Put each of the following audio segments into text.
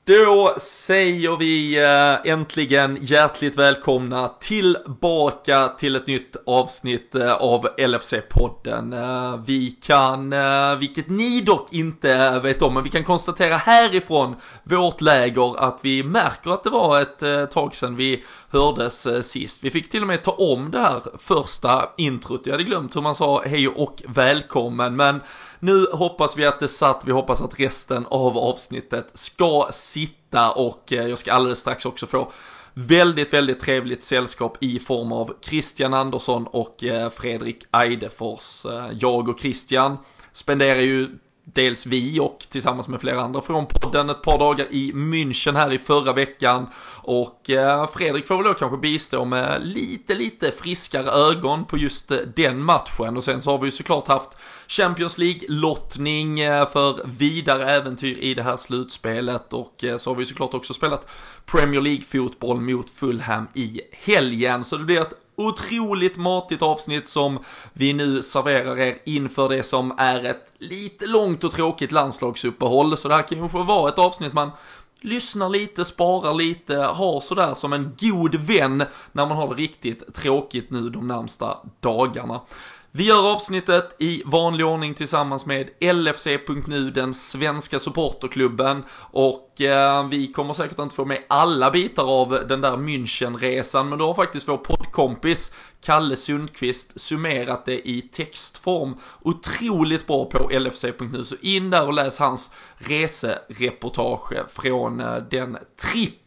Då säger vi äntligen hjärtligt välkomna tillbaka till ett nytt avsnitt av LFC-podden. Vi kan, vilket ni dock inte vet om, men vi kan konstatera härifrån vårt läger att vi märker att det var ett tag sedan vi hördes sist. Vi fick till och med ta om det här första introt. Jag hade glömt hur man sa hej och välkommen, men nu hoppas vi att det satt. Vi hoppas att resten av avsnittet ska sitta, och jag ska alldeles strax också få väldigt trevligt sällskap i form av Christian Andersson och Fredrik Eidefors. Jag och Christian spenderar ju dels vi och tillsammans med flera andra från podden ett par dagar i München här i förra veckan, och Fredrik får väl då kanske bistå med lite friskare ögon på just den matchen. Och sen så har vi ju såklart haft Champions League-lottning för vidare äventyr i det här slutspelet, och så har vi såklart också spelat Premier League-fotboll mot Fulham i helgen. Så det blir ett otroligt matigt avsnitt som vi nu serverar er inför det som är ett lite långt och tråkigt landslagsuppehåll. Så det här kan ju få vara ett avsnitt man lyssnar lite, sparar lite, har sådär som en god vän när man har det riktigt tråkigt nu de närmsta dagarna. Vi gör avsnittet i vanlig ordning tillsammans med LFC.nu, den svenska supporterklubben, och vi kommer säkert inte få med alla bitar av den där Münchenresan, men då har faktiskt vår poddkompis Kalle Sundqvist summerat det i textform otroligt bra på LFC.nu, så in där och läs hans resereportage från den trippen.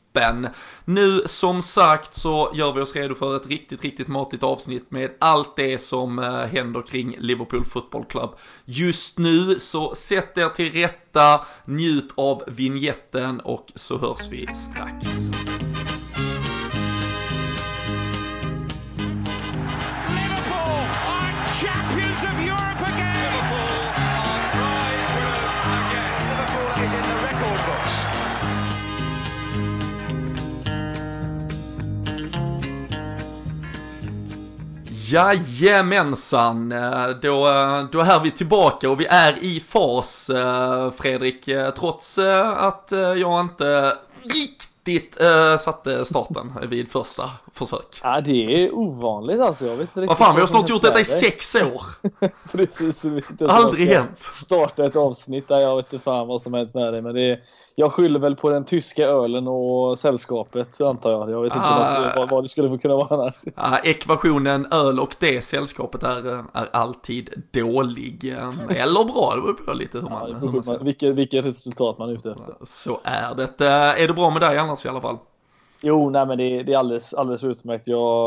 Nu som sagt så gör vi oss redo för ett riktigt matigt avsnitt med allt det som händer kring Liverpool Football Club just nu. Så sätt er till rätta, njut av vignetten, och så hörs vi strax. Liverpool are champions of Europe again. Liverpool are prize winners again. Liverpool is in the record books. Jajamensan, då är vi tillbaka och vi är i fas, Fredrik, trots att jag inte riktigt satte starten vid första försök. Ja, det är ovanligt alltså. Jag vet inte riktigt. Vad fan, vi har snart gjort detta i 6 år. Precis, aldrig hänt. Starta ett avsnitt där jag vet inte fan vad som hänt med det, men jag skyller väl på den tyska ölen och sällskapet, antar jag. Jag vet inte vad det skulle få kunna vara annars. Ekvationen öl och det sällskapet är alltid dålig. Eller bra, det beror på lite hur man vilket resultat man är ute efter. Så är det. Är det bra med dig annars i alla fall? Jo, nej, men det är alldeles utmärkt.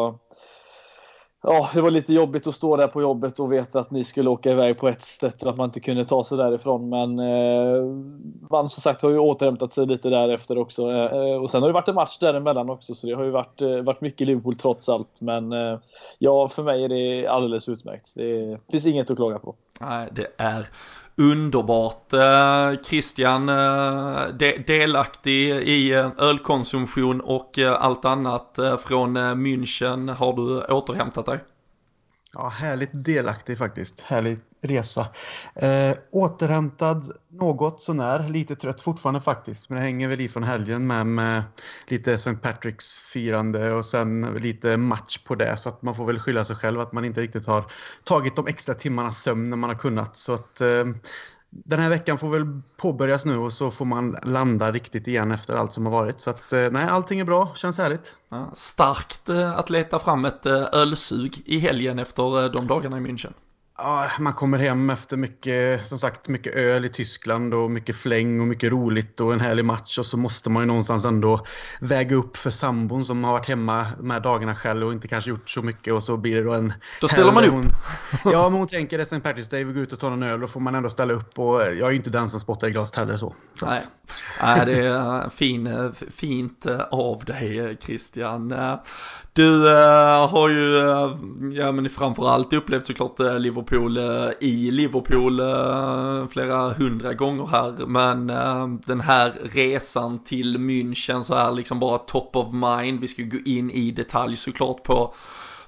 Det var lite jobbigt att stå där på jobbet och veta att ni skulle åka iväg på ett sätt, att man inte kunde ta sig därifrån. Men man som sagt har ju återhämtat sig lite därefter också. Och sen har det varit en match däremellan också, så det har ju varit mycket Liverpool trots allt. Men för mig är det alldeles utmärkt. Det finns inget att klaga på. Nej, det är underbart. Christian, delaktig i ölkonsumtion och allt annat från München. Har du återhämtat dig? Ja, härligt delaktig faktiskt. Härlig resa. Återhämtad något sånär. Lite trött fortfarande faktiskt. Men det hänger väl i från helgen med lite St. Patrick's firande och sen lite match på det. Så att man får väl skylla sig själv att man inte riktigt har tagit de extra timmarnas sömn när man har kunnat. Så att den här veckan får väl påbörjas nu, och så får man landa riktigt igen efter allt som har varit. Så att nej, allting är bra, känns härligt. Ja, starkt att leta fram ett ölsug i helgen efter de dagarna i München. Ja, man kommer hem efter mycket öl i Tyskland och mycket fläng och mycket roligt och en härlig match, och så måste man ju någonstans ändå väga upp för sambon som har varit hemma de här dagarna själv och inte kanske gjort så mycket, och så blir det då då ställer man upp. Ja, men hon tänker det St. Patrick's Day, vi går ut och tar en öl, och får man ändå ställa upp, och jag är ju inte den som spottar i glaset heller så. Nej, det är fint av dig, Christian. Du har ju men framförallt upplevt såklart Liverpool i Liverpool flera 100 gånger här, men den här resan till München så är liksom bara top of mind. Vi ska gå in i detalj såklart på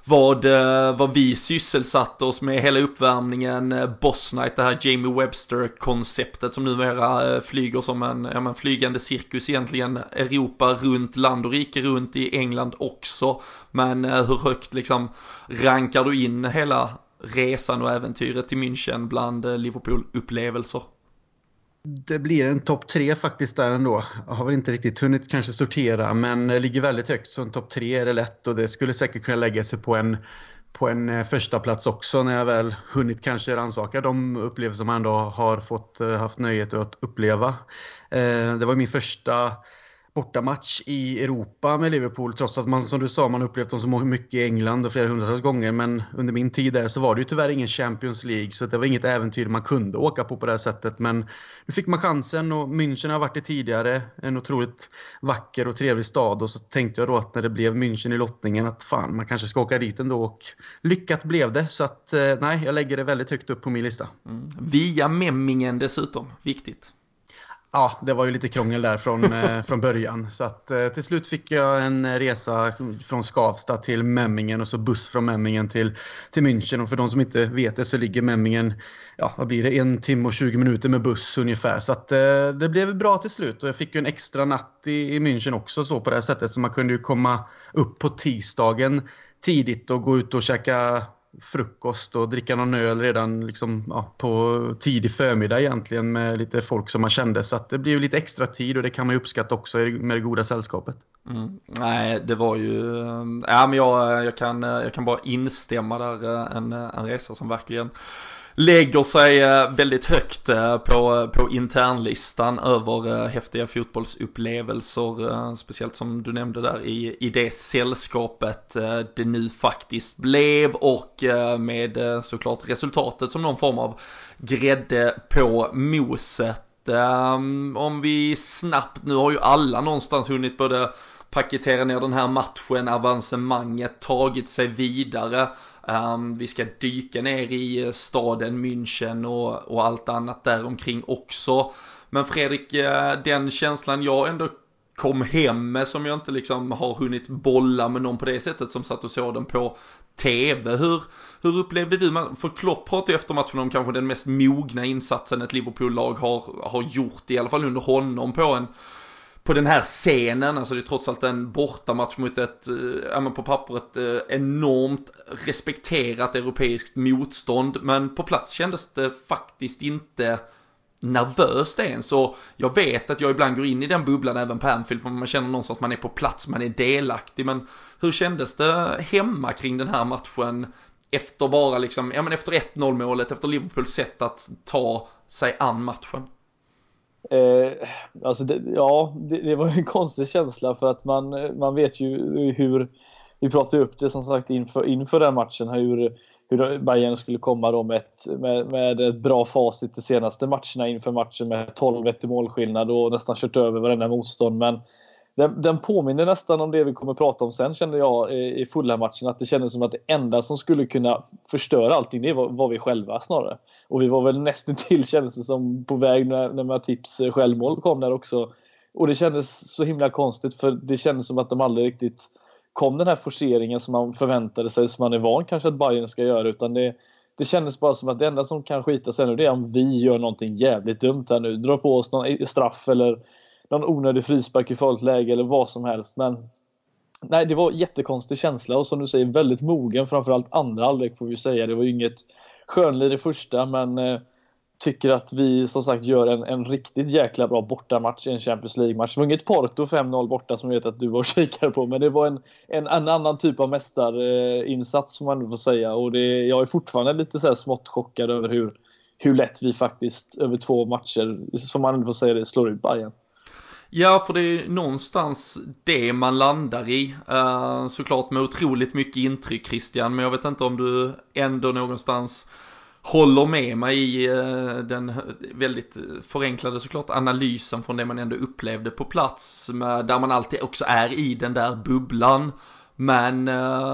vad vi sysselsatte oss med hela uppvärmningen, Boss Night, det här Jamie Webster-konceptet som numera flyger som en flygande cirkus egentligen, Europa runt, land och rike runt, i England också. Men hur högt liksom rankar du in hela resan och äventyret till München bland Liverpool-upplevelser? Det blir en topp 3 faktiskt där ändå. Jag har väl inte riktigt hunnit kanske sortera, men ligger väldigt högt, så en topp 3 är det lätt, och det skulle säkert kunna lägga sig på en första plats också när jag väl hunnit kanske rannsaka de upplevelser som man ändå har haft nöjet att uppleva. Det var min första bortamatch i Europa med Liverpool, trots att man, som du sa, man upplevt dem så mycket i England och flera hundratals gånger, men under min tid där så var det ju tyvärr ingen Champions League, så det var inget äventyr man kunde åka på det här sättet, men nu fick man chansen, och München har varit det tidigare, en otroligt vacker och trevlig stad, och så tänkte jag då att när det blev München i lottningen att fan, man kanske ska åka dit ändå, och lyckat blev det, så att nej, jag lägger det väldigt högt upp på min lista. Via Memmingen dessutom, viktigt. Ja, det var ju lite krångel där från början. Så att till slut fick jag en resa från Skavsta till Memmingen, och så buss från Memmingen till München. Och för de som inte vet det så ligger Memmingen, ja, vad blir det, 1 timme och 20 minuter med buss ungefär. Så att det blev bra till slut, och jag fick ju en extra natt i München också, så på det här sättet. Så man kunde ju komma upp på tisdagen tidigt och gå ut och käka frukost och dricka någon öl redan liksom, ja, på tidig förmiddag egentligen, med lite folk som man kände, så att det blir ju lite extra tid, och det kan man ju uppskatta också med det goda sällskapet. Nej, det var ju men jag kan bara instämma där, en resa som verkligen lägger sig väldigt högt på internlistan över häftiga fotbollsupplevelser, speciellt som du nämnde där i det sällskapet det nu faktiskt blev, och med såklart resultatet som någon form av grädde på moset. Om vi snabbt, nu har ju alla någonstans hunnit både paketera ner den här matchen, avancemanget, tagit sig vidare. Vi ska dyka ner i staden München och allt annat där omkring också. Men Fredrik, den känslan jag ändå kom hem med, som jag inte liksom har hunnit bolla med någon på det sättet som satt och såg den på tv. Hur upplevde du? För Klopp pratade efter matchen om kanske den mest mogna insatsen ett Liverpool-lag har gjort, i alla fall under honom, på den här scenen. Alltså det är trots allt en bortamatch mot ett, på pappret, enormt respekterat europeiskt motstånd, men på plats kändes det faktiskt inte nervöst än. Så jag vet att jag ibland går in i den bubblan även på Anfield, för man känner någonstans att man är på plats, man är delaktig. Men hur kändes det hemma kring den här matchen efter bara liksom, efter 1-0 målet, efter Liverpools sätt att ta sig an matchen? Alltså det var en konstig känsla, för att man vet ju hur, vi pratade upp det som sagt inför den matchen, hur Bayern skulle komma då med ett bra facit de senaste matcherna inför matchen, med 12-1 i målskillnad och nästan kört över varenda motstånd. Men den påminner nästan om det vi kommer prata om sen, kände jag i fulla matchen, att det kändes som att det enda som skulle kunna förstöra allting, det var vi själva snarare. Och vi var väl nästan till, kändes det som, på väg när Matips självmål kom där också. Och det kändes så himla konstigt, för det kändes som att de aldrig riktigt kom den här forceringen som man förväntade sig, som man är van kanske att Bayern ska göra, utan det kändes bara som att det enda som kan skita sig nu, det är om vi gör någonting jävligt dumt här nu, drar på oss någon straff eller någon onödig frispark i farligt läge eller vad som helst. Men nej, det var jättekonstig känsla, och som du säger, väldigt mogen, framförallt andra halvlek får vi säga. Det var ju inget skönlir i första, men tycker att vi som sagt gör en riktigt jäkla bra bortamatch i en Champions League-match. Det var inget Porto 5-0 borta som jag vet att du var och kikar på, men det var en annan typ av mästarinsats som man får säga. Och jag är fortfarande lite så här smått chockad över hur lätt vi faktiskt över 2 matcher, som man får säga det, slår ut Bayern. Ja, för det är någonstans det man landar i. Såklart med otroligt mycket intryck, Christian, men jag vet inte om du ändå någonstans håller med mig i den väldigt förenklade såklart analysen från det man ändå upplevde på plats, där man alltid också är i den där bubblan. Men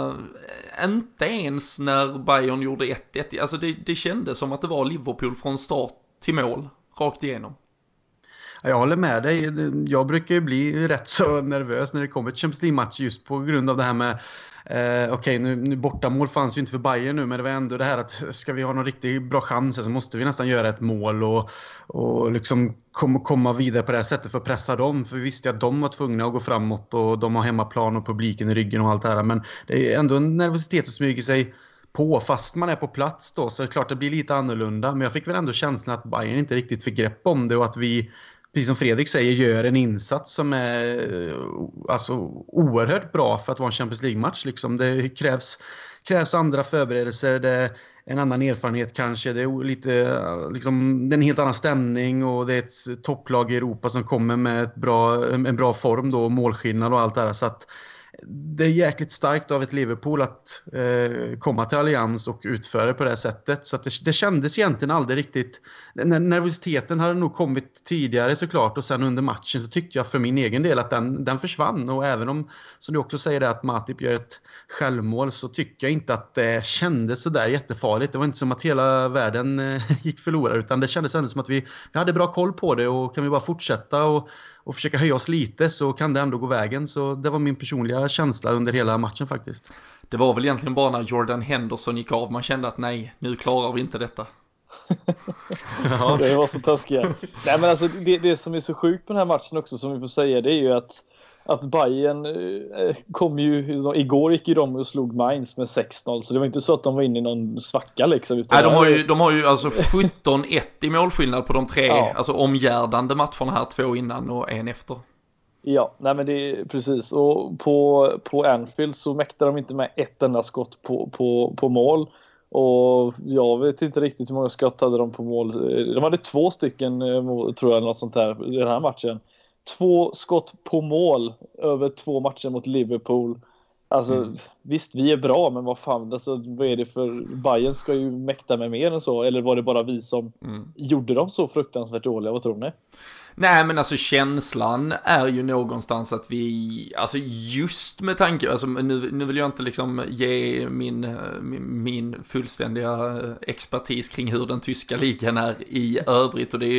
inte ens när Bayern gjorde 1-1, alltså det kändes som att det var Liverpool från start till mål, rakt igenom. Jag håller med dig. Jag brukar ju bli rätt så nervös när det kommer till Champions League-match just på grund av det här med okej, nu bortamål fanns ju inte för Bayern nu, men det var ändå det här att ska vi ha någon riktigt bra chans så måste vi nästan göra ett mål och liksom komma vidare på det här sättet för att pressa dem. För vi visste att de var tvungna att gå framåt och de har hemmaplan och publiken i ryggen och allt det här. Men det är ändå en nervositet som smyger sig på fast man är på plats då, så är det klart det blir lite annorlunda. Men jag fick väl ändå känslan att Bayern inte riktigt fick grepp om det och att vi, precis som Fredrik säger, gör en insats som är alltså oerhört bra för att vara en Champions League-match. Liksom. Det krävs andra förberedelser, det är en annan erfarenhet kanske, det är lite, liksom, det är en helt annan stämning och det är ett topplag i Europa som kommer med en bra form då, målskillnad och allt det här. Så att det är jäkligt starkt av ett Liverpool att komma till Allians och utföra det på det här sättet. Så att det kändes egentligen aldrig riktigt. Nervositeten hade nog kommit tidigare såklart, och sen under matchen så tyckte jag för min egen del att den försvann. Och även om, som du också säger, att Matip gör ett självmål, så tycker jag inte att det kändes så där jättefarligt. Det var inte som att hela världen gick förlorad, utan det kändes ändå som att vi hade bra koll på det, och kan vi bara fortsätta och försöka höja oss lite så kan det ändå gå vägen. Så det var min personliga känsla under hela matchen faktiskt. Det var väl egentligen bara när Jordan Henderson gick av man kände att nej, nu klarar vi inte detta. Ja, det var så taskiga. Nej, men alltså, det som är så sjukt på den här matchen också, som vi får säga, det är ju att Bayern kom ju, igår gick ju de och slog Mainz med 6-0, så det var inte så att de var inne i någon svacka liksom. Nej, de har ju alltså 17-1 i målskillnad på de tre, ja, alltså omgärdande matcherna här, 2 innan och 1 efter. Ja, nej men det är precis. Och på Anfield så mäktade de inte med ett enda skott på mål. Och jag vet inte riktigt hur många skott hade de på mål. De hade 2 stycken, tror jag, något sånt här i den här matchen. 2 skott på mål över 2 matcher mot Liverpool. Alltså, visst, vi är bra, men vad fan, alltså, vad är det för... Bayern ska ju mäkta med mer än så. Eller var det bara vi som gjorde dem så fruktansvärt dåliga? Vad tror ni? Nej, men alltså känslan är ju någonstans att vi, alltså just med tanke, alltså nu vill jag inte liksom ge min fullständiga expertis kring hur den tyska ligan är i övrigt, och det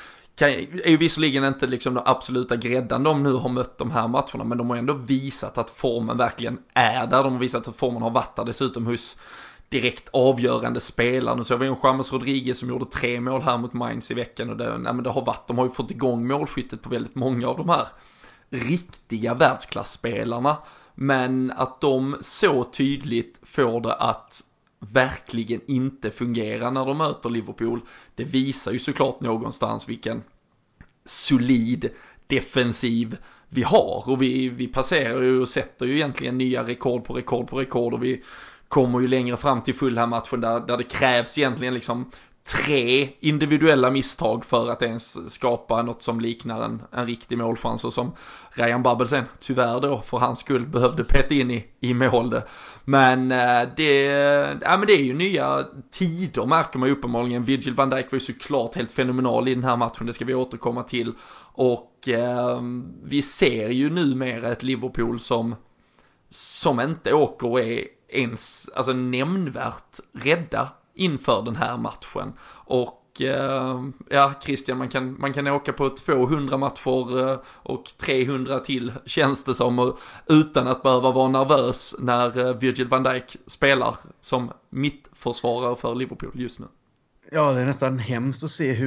är ju visserligen inte liksom de absoluta gräddan de nu har mött de här matcherna, men de har ändå visat att formen verkligen är där. De har visat att formen har varit där dessutom hos direkt avgörande spelare. Nu så var ju en James Rodriguez som gjorde 3 mål här mot Mainz i veckan, och det har varit, de har ju fått igång målskyttet på väldigt många av de här riktiga världsklassspelarna, men att de så tydligt får det att verkligen inte fungera när de möter Liverpool, det visar ju såklart någonstans vilken solid defensiv vi har, och vi passerar ju och sätter ju egentligen nya rekord på rekord, och vi kommer ju längre fram till Fulham-matchen där det krävs egentligen liksom 3 individuella misstag för att ens skapa något som liknar en riktig målchans, och som Ryan Babel sen tyvärr då för hans skull behövde peta in i mål det. Men det är ju nya tider, märker man ju uppenbarligen. Virgil van Dijk var ju såklart helt fenomenal i den här matchen, det ska vi återkomma till, och vi ser ju numera ett Liverpool som inte åker och är ens alltså nämnvärt rädda inför den här matchen. Och ja, Christian, man kan åka på 200 matcher och 300 till, känns det som, utan att behöva vara nervös när Virgil van Dijk spelar som mittförsvarare för Liverpool just nu. Ja, det är nästan hemskt att se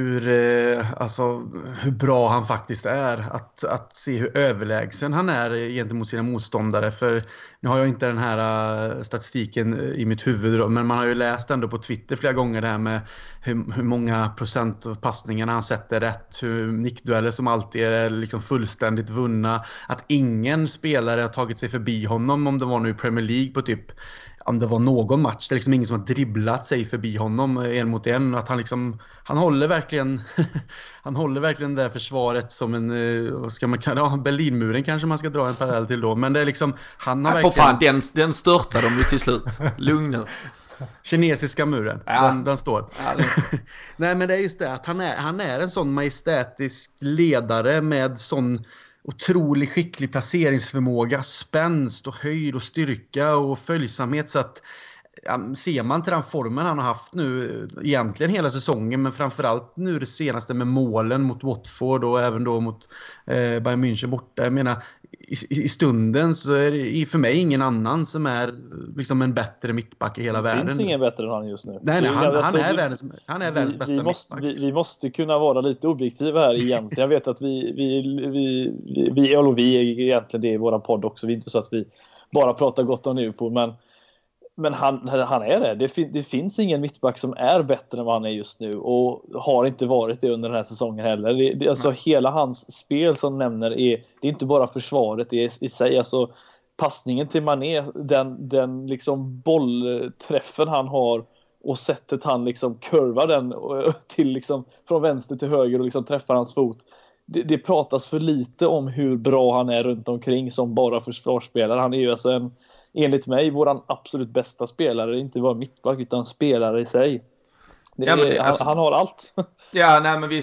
hur bra han faktiskt är. Att se hur överlägsen han är gentemot sina motståndare. För nu har jag inte den här statistiken i mitt huvud, men man har ju läst ändå på Twitter flera gånger det här med hur många procent av passningarna han sätter rätt, hur nickdueller som alltid är liksom fullständigt vunna. Att ingen spelare har tagit sig förbi honom, om det var nu i Premier League på typ, om det var någon match, det är liksom ingen som har dribblat sig förbi honom 1 mot 1, att han håller verkligen han håller verkligen det försvaret som en, vad ska man kalla, Berlinmuren kanske man ska dra en parallell till då, men det är liksom, han har verkligen... För fan, den störtar de ju till slut. Lugn nu. Kinesiska muren, ja. Den står. Ja, nej, men det är just det att han är en sån majestätisk ledare med sån otroligt skicklig placeringsförmåga, spänst och höjd och styrka och följsamhet, så att ser man till den formen han har haft nu egentligen hela säsongen, men framförallt nu det senaste med målen mot Watford och även då mot Bayern München borta. Jag menar, i stunden så är det för mig ingen annan som är liksom en bättre mittback i hela världen. Det finns ingen bättre än han just nu. Nej, han är världens bästa mittback. Vi måste kunna vara lite objektiva här egentligen. Jag vet att vi är egentligen det i våran podd också. Vi är inte så att vi bara pratar gott om Liverpool, men han är det. Det finns ingen mittback som är bättre än vad han är just nu, och har inte varit det under den här säsongen heller. Alltså hela hans spel som nämner det är inte bara försvaret i sig. Alltså passningen till Mané, den liksom bollträffen han har och sättet han liksom kurvar den till liksom från vänster till höger och liksom träffar hans fot. Det pratas för lite om hur bra han är runt omkring som bara försvarsspelare. Han är ju alltså enligt mig våran absolut bästa spelare, inte bara mittback utan spelare i sig. Han har allt. Ja, nej men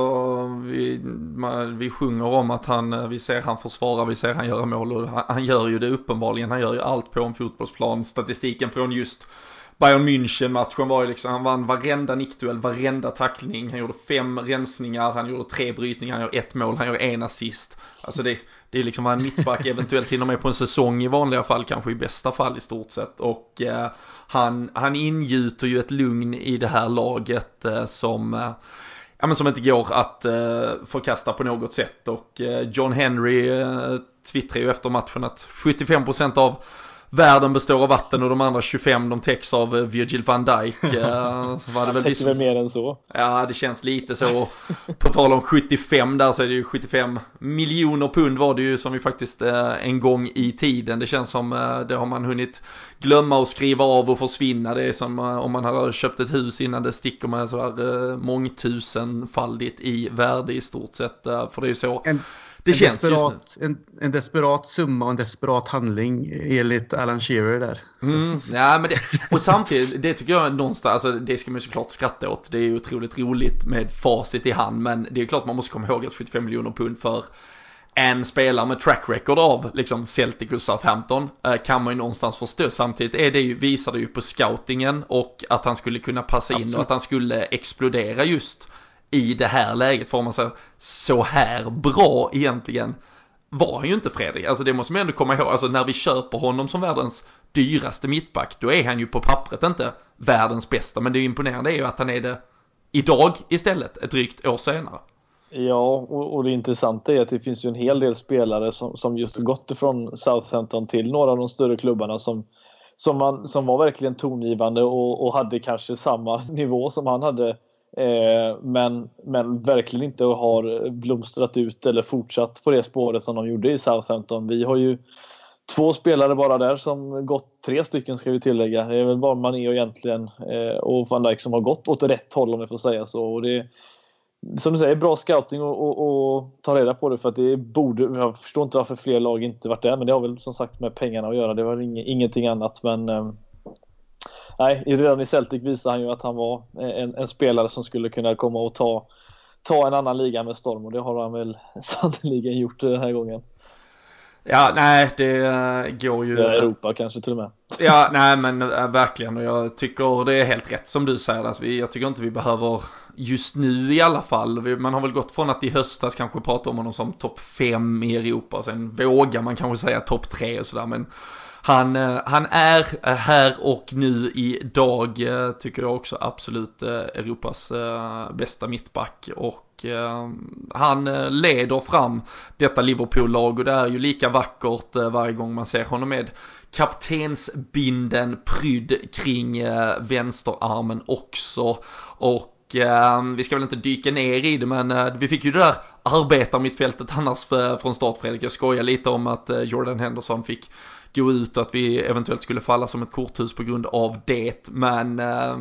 vi sjunger om att vi ser han försvara, vi ser han göra mål, och han gör ju det uppenbarligen. Han gör ju allt på en fotbollsplan. Statistiken från just Bayern München-matchen var ju liksom, han vann varenda nickduell, varenda tackling, han gjorde 5 rensningar, han gjorde 3 brytningar, han gör 1 mål, han gör 1 assist. Alltså det är liksom en mittback eventuellt till och med på en säsong i vanliga fall, kanske i bästa fall i stort sett. Och han ingjuter ju ett lugn i det här laget som inte går att förkasta på något sätt. Och John Henry twittrar ju efter matchen att 75% av världen består av vatten och de andra 25 de täcks av Virgil van Dijk. Så var det väl liksom mer än så. Ja, det känns lite så. På tal om 75 där, så är det ju 75 miljoner pund var det ju som vi faktiskt en gång i tiden. Det känns som det har man hunnit glömma och skriva av och försvinna. Det är som om man har köpt ett hus innan det sticker med sådär mångtusenfaldigt i värde i stort sett. För det är ju så. Det känns en desperat summa och en desperat handling enligt Alan Shearer där. Ja, men och samtidigt, det tycker jag någonstans, alltså det ska man ju såklart skratta åt. Det är ju otroligt roligt med facit i hand, men det är klart man måste komma ihåg att 75 miljoner pund för en spelare med track record av liksom Celtic och Southampton kan man ju någonstans förstå. Samtidigt visar det ju på scoutingen och att han skulle kunna passa in och att han skulle explodera just i det här läget. För man säger så här bra egentligen var han ju inte, Fredrik. Alltså det måste man ändå komma ihåg. Alltså när vi köper honom som världens dyraste mittback, då är han ju på pappret inte världens bästa. Men det imponerande är ju att han är det idag istället, ett drygt år senare. Ja, och det intressanta är att det finns ju en hel del spelare som just gått ifrån Southampton till några av de större klubbarna som var verkligen tongivande och hade kanske samma nivå som han hade. Men verkligen inte har blomstrat ut eller fortsatt på det spåret som de gjorde i Southampton. Vi har ju 2 spelare bara där som gått, 3 stycken ska vi tillägga. Det är väl bara Mané och egentligen och Van Dijk som har gått åt rätt håll, om jag får säga så. Och det är, som du säger, bra scouting och ta reda på det, för att det borde, jag förstår inte varför fler lag inte varit där, men det har väl som sagt med pengarna att göra. Det var ingenting annat, men nej, redan i Celtic visade han ju att han var en spelare som skulle kunna komma och ta en annan liga med storm, och det har han väl sannoliken gjort den här gången. Ja, nej, det går ju... Europa kanske till och med. Ja, nej men verkligen, och jag tycker det är helt rätt som du säger. Alltså, jag tycker inte vi behöver, just nu i alla fall, man har väl gått från att i höstas kanske prata om honom som topp 5 i Europa, och sen vågar man kanske säga topp 3 och sådär, men han är här och nu idag, tycker jag också, absolut Europas bästa mittback, och han leder fram detta Liverpool-lag, och det är ju lika vackert varje gång man ser honom med kaptensbinden prydd kring vänsterarmen också. Och vi ska väl inte dyka ner i det, men vi fick ju det där arbetarmittfältet annars från start, Fredrik. Jag skojar lite om att Jordan Henderson fick gå ut och att vi eventuellt skulle falla som ett korthus på grund av det, men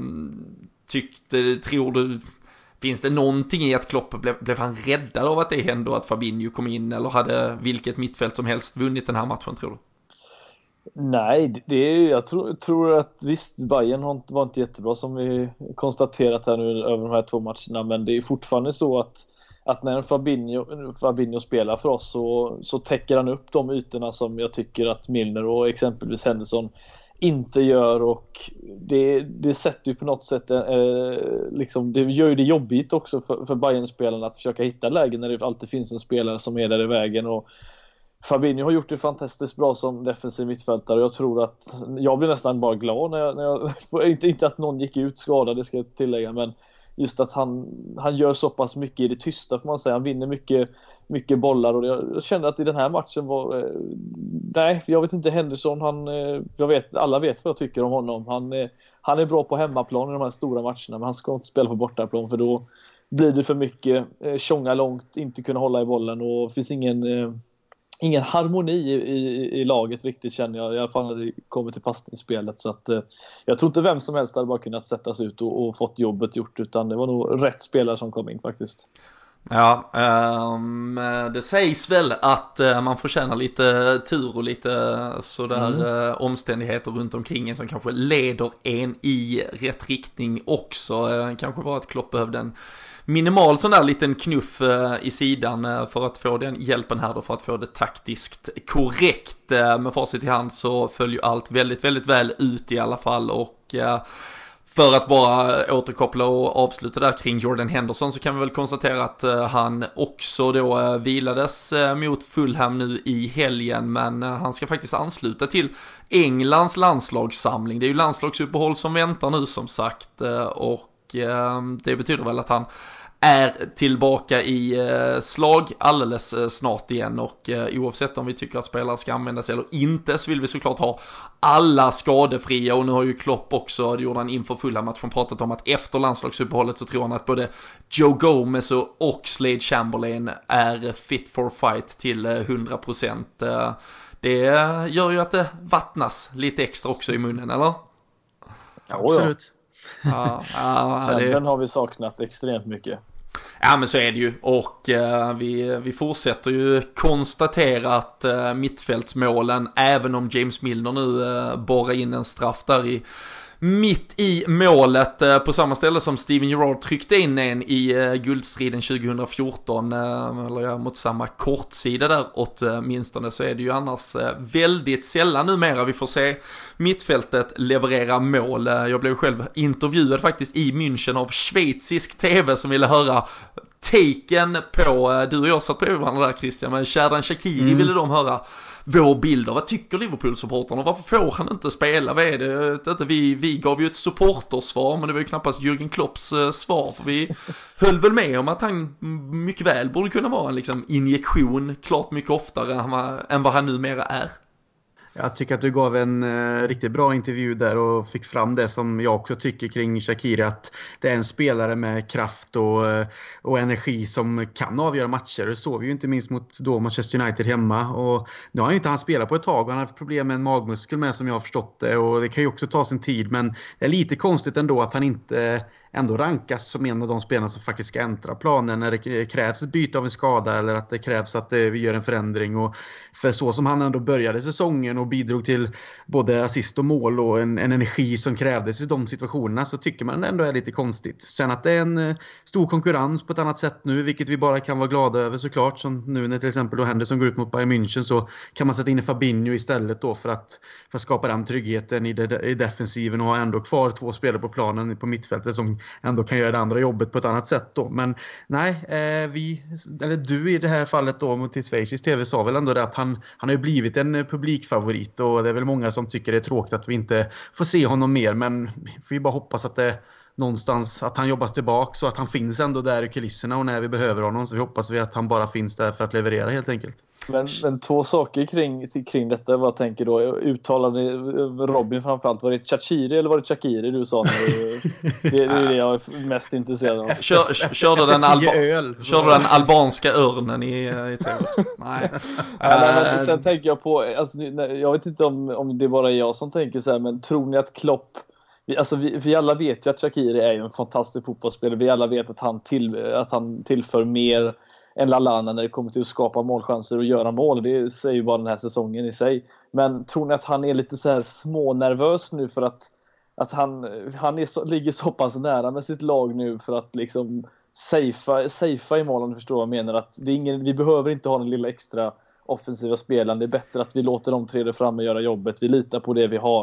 tror du, finns det någonting i att Klopp blev han räddad av att det hände och att Fabinho kom in, eller hade vilket mittfält som helst vunnit den här matchen, tror du? Nej, jag tror att visst, Bayern var inte jättebra som vi konstaterat här nu över de här 2 matcherna, men det är fortfarande så att när Fabinho spelar för oss så täcker han upp de ytorna som jag tycker att Milner och exempelvis Henderson inte gör, och det sätter ju på något sätt liksom, det gör ju det jobbigt också för Bayern-spelarna att försöka hitta lägen när det alltid finns en spelare som är där i vägen. Och Fabinho har gjort det fantastiskt bra som defensiv mittfältare, och jag tror att jag blir nästan bara glad när jag inte att någon gick ut skadad, det ska jag tillägga, men just att han gör så pass mycket i det tysta, får man säga. Han vinner mycket bollar, och jag känner att i den här matchen var nej, jag vet inte, Henderson, alla vet vad jag tycker om honom. Han är bra på hemmaplan i de här stora matcherna, men han ska inte spela på bortaplan, för då blir det för mycket tjonga långt, inte kunna hålla i bollen, och det finns ingen harmoni i laget riktigt, känner jag, i alla fall när det kommer till passningsspelet. Så att jag tror inte vem som helst hade bara kunnat sättas ut och fått jobbet gjort, utan det var nog rätt spelare som kom in faktiskt. Ja, det sägs väl att man får känna lite tur och lite sådär omständigheter runt omkring en som kanske leder en i rätt riktning också. Kanske var att Klopp behövde en minimal sån där liten knuff i sidan för att få den hjälpen här då, för att få det taktiskt korrekt. Med facit i hand så följer allt väldigt, väldigt väl ut i alla fall, och för att bara återkoppla och avsluta där kring Jordan Henderson, så kan vi väl konstatera att han också då vilades mot Fulham nu i helgen, men han ska faktiskt ansluta till Englands landslagssamling. Det är ju landslagsuppehåll som väntar nu, som sagt, och det betyder väl att han är tillbaka i slag alldeles snart igen, och oavsett om vi tycker att spelare ska användas eller inte, så vill vi såklart ha alla skadefria. Och nu har ju Klopp också, det gjorde han inför Fulham-matchen, pratat om att efter landslagsuppehållet så tror han att både Joe Gomez och Oxlade Chamberlain är fit for fight till 100%. Det gör ju att det vattnas lite extra också i munnen, eller? Ja, absolut. Den har vi saknat extremt mycket. Ja, men så är det ju, och vi fortsätter ju konstatera att mittfältsmålen, även om James Milner nu borrar in en straff där mitt i målet på samma ställe som Steven Gerrard tryckte in en i guldstriden 2014, eller mot samma kortsida där åtminstone, så är det ju annars väldigt sällan numera vi får se mittfältet leverera mål. Jag blev själv intervjuad faktiskt i München av schweizisk tv som ville höra taken på, du och jag satt på varandra där, Christian, men Xherdan Shaqiri ville de höra vår bild av vad tycker Liverpool-supporterna och varför får han inte spela, vad är det? Vi gav ju ett supportersvar, men det var ju knappast Jürgen Klopps svar, för vi höll väl med om att han mycket väl borde kunna vara en liksom injektion klart mycket oftare än vad han numera är. Jag tycker att du gav en riktigt bra intervju där och fick fram det som jag också tycker kring Shaqiri, att det är en spelare med kraft och energi som kan avgöra matcher. Det såg vi ju inte minst mot då Manchester United hemma, och nu har ju inte han spelat på ett tag och han har haft problem med en magmuskel med, som jag har förstått det, och det kan ju också ta sin tid, men det är lite konstigt ändå att han inte ändå rankas som en av de spelarna som faktiskt ska äntra planen när det krävs ett byte av en skada, eller att det krävs att vi gör en förändring. Och för så som han ändå började säsongen och bidrog till både assist och mål och en energi som krävdes i de situationerna, så tycker man ändå är lite konstigt. Sen att det är en stor konkurrens på ett annat sätt nu, vilket vi bara kan vara glada över såklart, som nu när till exempel då Henderson går ut mot Bayern München, så kan man sätta in Fabinho istället då för att skapa den tryggheten i defensiven och ha ändå kvar två spelare på planen på mittfältet som ändå kan göra det andra jobbet på ett annat sätt då. Men nej, du i det här fallet då mot Schweizisk TV sa väl ändå det att han har ju blivit en publikfavorit, och det är väl många som tycker det är tråkigt att vi inte får se honom mer, men vi får ju bara hoppas att det någonstans att han jobbas tillbaka, så att han finns ändå där i kulisserna och när vi behöver honom, så vi hoppas att han bara finns där för att leverera helt enkelt. Men två saker kring detta, vad tänker då? Uttalade Robin framförallt, var det Shaqiri eller var det Shaqiri du sa? Det är det jag är mest intresserad av. Körde den albanska örnen i TV? Nej. Men sen tänker jag på, alltså, jag vet inte om det bara är jag som tänker så här, men tror ni att Klopp, vi alla vet ju att Shaqiri är en fantastisk fotbollsspelare. Vi alla vet att han tillför mer än Lallana när det kommer till att skapa målchanser och göra mål. Det säger ju bara den här säsongen i sig. Men tror ni att han är lite så här smånervös nu för att han ligger så pass nära med sitt lag nu för att liksom safea i målen, förstår jag menar, att vi behöver inte ha den lilla extra offensiva spelaren. Det är bättre att vi låter de tre där framme göra jobbet. Vi litar på det vi har.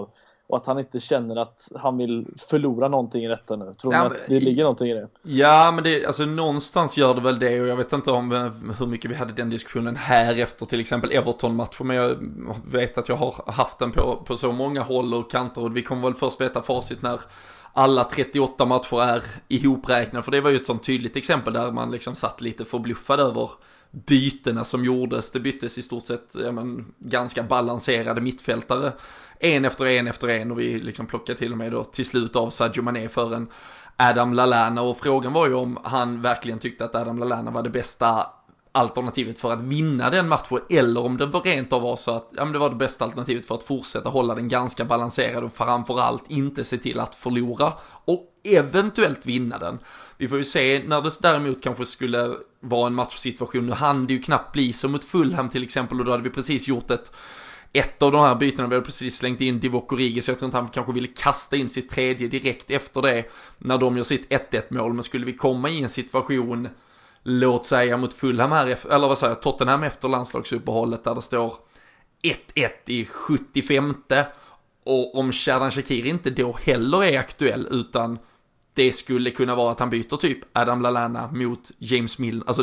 och att han inte känner att han vill förlora någonting i detta nu. Tror ni Ja, att det ligger någonting i det? Ja, men det, alltså någonstans gör det väl det, och jag vet inte om hur mycket vi hade den diskussionen här efter till exempel Everton-matchen, men jag vet att jag har haft den på så många håll och kanter, och vi kommer väl först veta facit när alla 38 matcher är ihopräknade, för det var ju ett sånt tydligt exempel där man liksom satt lite förbluffad över bytena som gjordes. Det byttes i stort sett ganska balanserade mittfältare en efter en, och vi liksom plockade till och med då till slut av Sadio Mané för en Adam Lallana, och frågan var ju om han verkligen tyckte att Adam Lallana var det bästa alternativet för att vinna den matchen, eller om det var rent av var så att det var det bästa alternativet för att fortsätta hålla den ganska balanserad och framförallt inte se till att förlora och eventuellt vinna den. Vi får ju se när det däremot kanske skulle vara en matchsituation. Nu hann det ju knappt bli som mot Fulham till exempel, och då hade vi precis gjort ett av de här bytena, vi hade precis slängt in Divock Origi, så jag tror inte han kanske ville kasta in sitt tredje direkt efter det när de gör sitt 1-1 mål. Men skulle vi komma i en situation, låt säga mot Fulham här, eller vad säger jag, Tottenham efter landslagsuppehållet, där det står 1-1 i 75:e, och om Xherdan Shaqiri inte då heller är aktuell, utan det skulle kunna vara att han byter typ Adam Lallana mot James Milner, alltså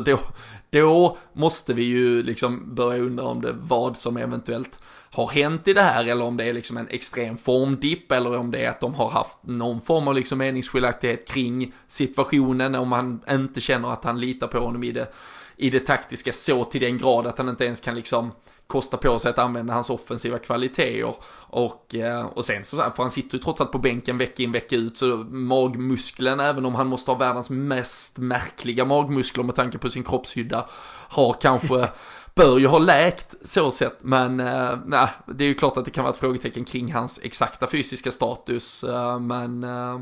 då måste vi ju liksom börja undra om det vad som eventuellt har hänt i det här, eller om det är liksom en extrem formdipp, eller om det är att de har haft någon form av liksom meningsskiljaktighet kring situationen, om han inte känner att han litar på honom i det taktiska så till den grad att han inte ens kan liksom kosta på sig att använda hans offensiva kvaliteter, och sen så, för han sitter ju trots allt på bänken vecka in vecka ut, så magmusklen, även om han måste ha världens mest märkliga magmuskler med tanke på sin kroppshydda, har kanske bör ju ha läkt så sett, men nej, det är ju klart att det kan vara ett frågetecken kring hans exakta fysiska status, men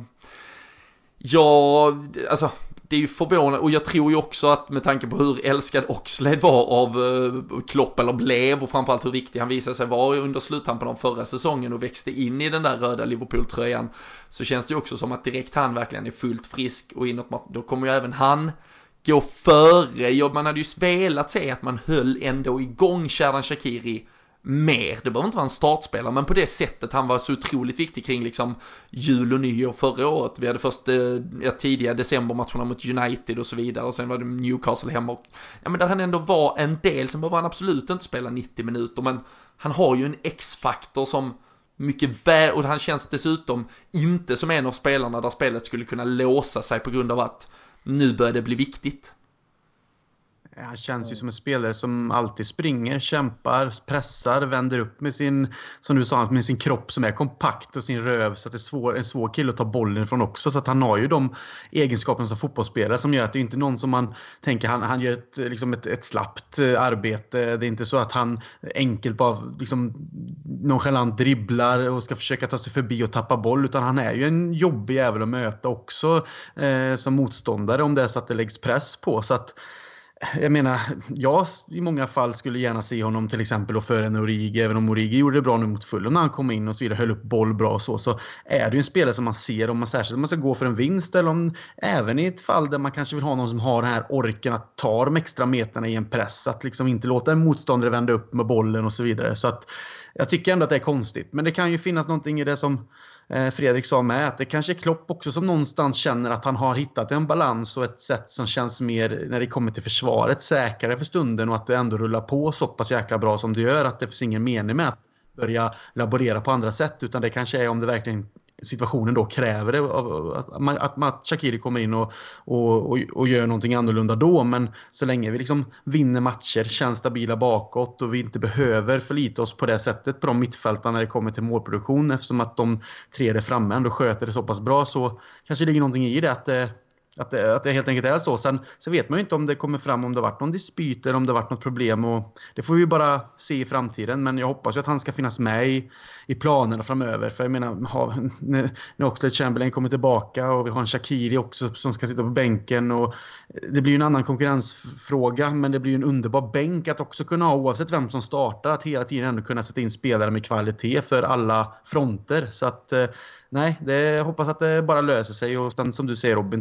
ja, alltså det är ju förvånande, och jag tror ju också att med tanke på hur älskad Oxlade var av Klopp, eller blev, och framförallt hur viktig han visade sig vara under sluttampen av förra säsongen och växte in i den där röda Liverpool-tröjan, så känns det ju också som att direkt han verkligen är fullt frisk och inåt, då kommer ju även han gå före. Man hade ju velat se att man höll ändå igång Xherdan Shaqiri mer. Det behöver inte vara en startspelare, men på det sättet han var så otroligt viktig kring liksom jul och nyår förra året. Vi hade först tidiga decembermatcherna mot United och så vidare, och sen var det Newcastle hemma, och men där han ändå var en del, som behöver han absolut inte spela 90 minuter, men han har ju en X-faktor som mycket väl, och han känns dessutom inte som en av spelarna där spelet skulle kunna låsa sig på grund av att nu börjar det bli viktigt. Han känns ju som en spelare som alltid springer, kämpar, pressar, vänder upp med sin, som du sa, med sin kropp som är kompakt och sin röv, så att det är en svår kille att ta bollen ifrån också. Så att han har ju de egenskaperna som fotbollsspelare som gör att det är inte någon som man tänker han gör ett slappt arbete. Det är inte så att han enkelt bara liksom nonchalant dribblar och ska försöka ta sig förbi och tappa boll, utan han är ju en jobbig jävel att möta också som motståndare om det är så att det läggs press på. Så att jag menar, jag i många fall skulle gärna se honom till exempel och före en Origi, även om Origi gjorde det bra nu mot Fulham när han kom in och så vidare, höll upp boll bra och så är det ju en spelare som man ser, om man särskilt om man ska gå för en vinst, eller om även i ett fall där man kanske vill ha någon som har den här orken att ta de extra meterna i en press, att liksom inte låta en motståndare vända upp med bollen och så vidare. Så att jag tycker ändå att det är konstigt, men det kan ju finnas någonting i det som Fredrik sa med, att det kanske är Klopp också som någonstans känner att han har hittat en balans och ett sätt som känns mer, när det kommer till försvaret, säkrare för stunden, och att det ändå rullar på så pass jäkla bra som det gör, att det finns ingen mening med att börja laborera på andra sätt, utan det kanske är om det verkligen situationen då kräver det, att Shaqiri kommer in och gör någonting annorlunda då. Men så länge vi liksom vinner matcher, känns stabila bakåt och vi inte behöver förlita oss på det sättet på de mittfältarna när det kommer till målproduktion, eftersom att de tre där framme ändå sköter det så pass bra, så kanske det ligger någonting i det att det helt enkelt är så. Sen så vet man ju inte om det kommer fram, om det har varit någon dispyt eller om det har varit något problem, och det får vi bara se i framtiden. Men jag hoppas ju att han ska finnas med i planerna framöver, för jag menar, när Oxlade Chamberlain kommer tillbaka och vi har en Shaqiri också som ska sitta på bänken, och det blir ju en annan konkurrensfråga, men det blir ju en underbar bänk att också kunna ha, oavsett vem som startar, att hela tiden ändå kunna sätta in spelare med kvalitet för alla fronter. Så att nej, jag hoppas att det bara löser sig, och sen, som du säger Robin, tycker att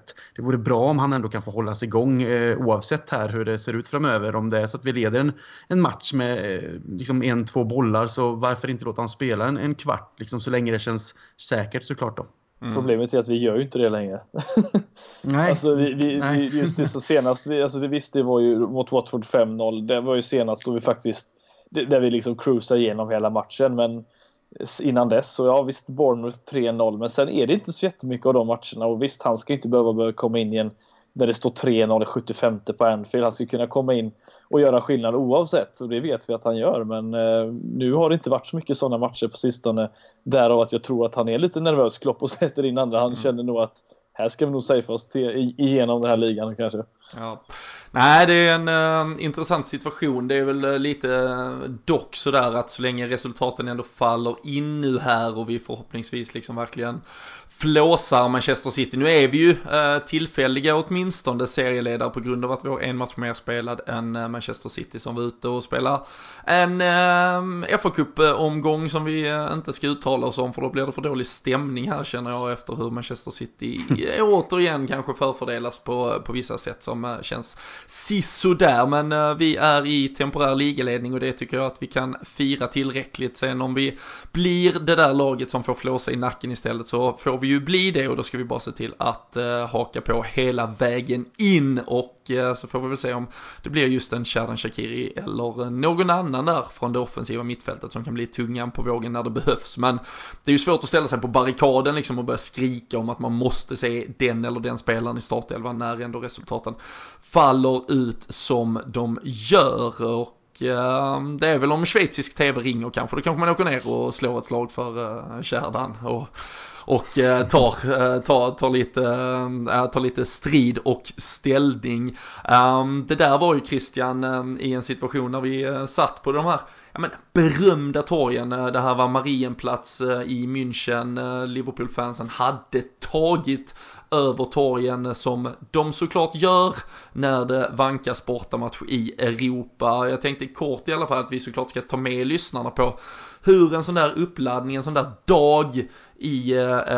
att det vore bra om han ändå kan få hållas igång oavsett här hur det ser ut framöver. Om det är så att vi leder en match med liksom 1-2 bollar, så varför inte låta han spela en kvart liksom, så länge det känns säkert såklart då. Problemet är att vi gör ju inte det längre. Nej. Alltså vi just det, så senast det var ju mot Watford 5-0. Det var ju senast då vi faktiskt där vi liksom cruisade igenom hela matchen, men innan dess så ja visst, Bournemouth 3-0, men sen är det inte så jättemycket av de matcherna, och visst, han ska inte behöva komma in igen när det står 3-0 i 75 på Anfield. Han ska kunna komma in och göra skillnad oavsett, och det vet vi att han gör, men nu har det inte varit så mycket sådana matcher på sistone, därav att jag tror att han är lite nervös. Klopp och sätter in andra. Han känner nog att här ska vi nog safea oss igenom den här ligan kanske. Ja. Nej, det är en intressant situation. Det är väl lite dock sådär att så länge resultaten ändå faller in nu här och vi förhoppningsvis liksom verkligen flåsar Manchester City. Nu är vi ju tillfälliga åtminstone serieledare på grund av att vi har en match mer spelad än Manchester City som var ute och spelar en FA-cup-omgång som vi inte ska uttala oss om, för då blir det för dålig stämning här, känner jag, efter hur Manchester City återigen kanske förfördelas på vissa sätt som känns sisådär. Men vi är i temporär ligaledning och det tycker jag att vi kan fira tillräckligt. Sen om vi blir det där laget som får flåsa i nacken istället, så får vi ju bli det, och då ska vi bara se till att haka på hela vägen in, och så får vi väl se om det blir just en Xherdan Shaqiri eller någon annan där från det offensiva mittfältet som kan bli tungan på vågen när det behövs. Men det är ju svårt att ställa sig på barrikaden liksom och börja skrika om att man måste se den eller den spelaren i startelvan när ändå resultaten faller ut som de gör. Och det är väl om schweizisk tv ringer kanske, då kanske man åker ner och slår ett slag för Xherdan och tar lite strid och ställning. Det där var ju, Christian, i en situation när vi satt på de här berömda torgen. Det här var Marienplatz i München. Liverpool-fansen hade tagit över torgen som de såklart gör när det vankas bortamatch i Europa. Jag tänkte kort i alla fall att vi såklart ska ta med lyssnarna på hur en sån där uppladdning, en sån där dag i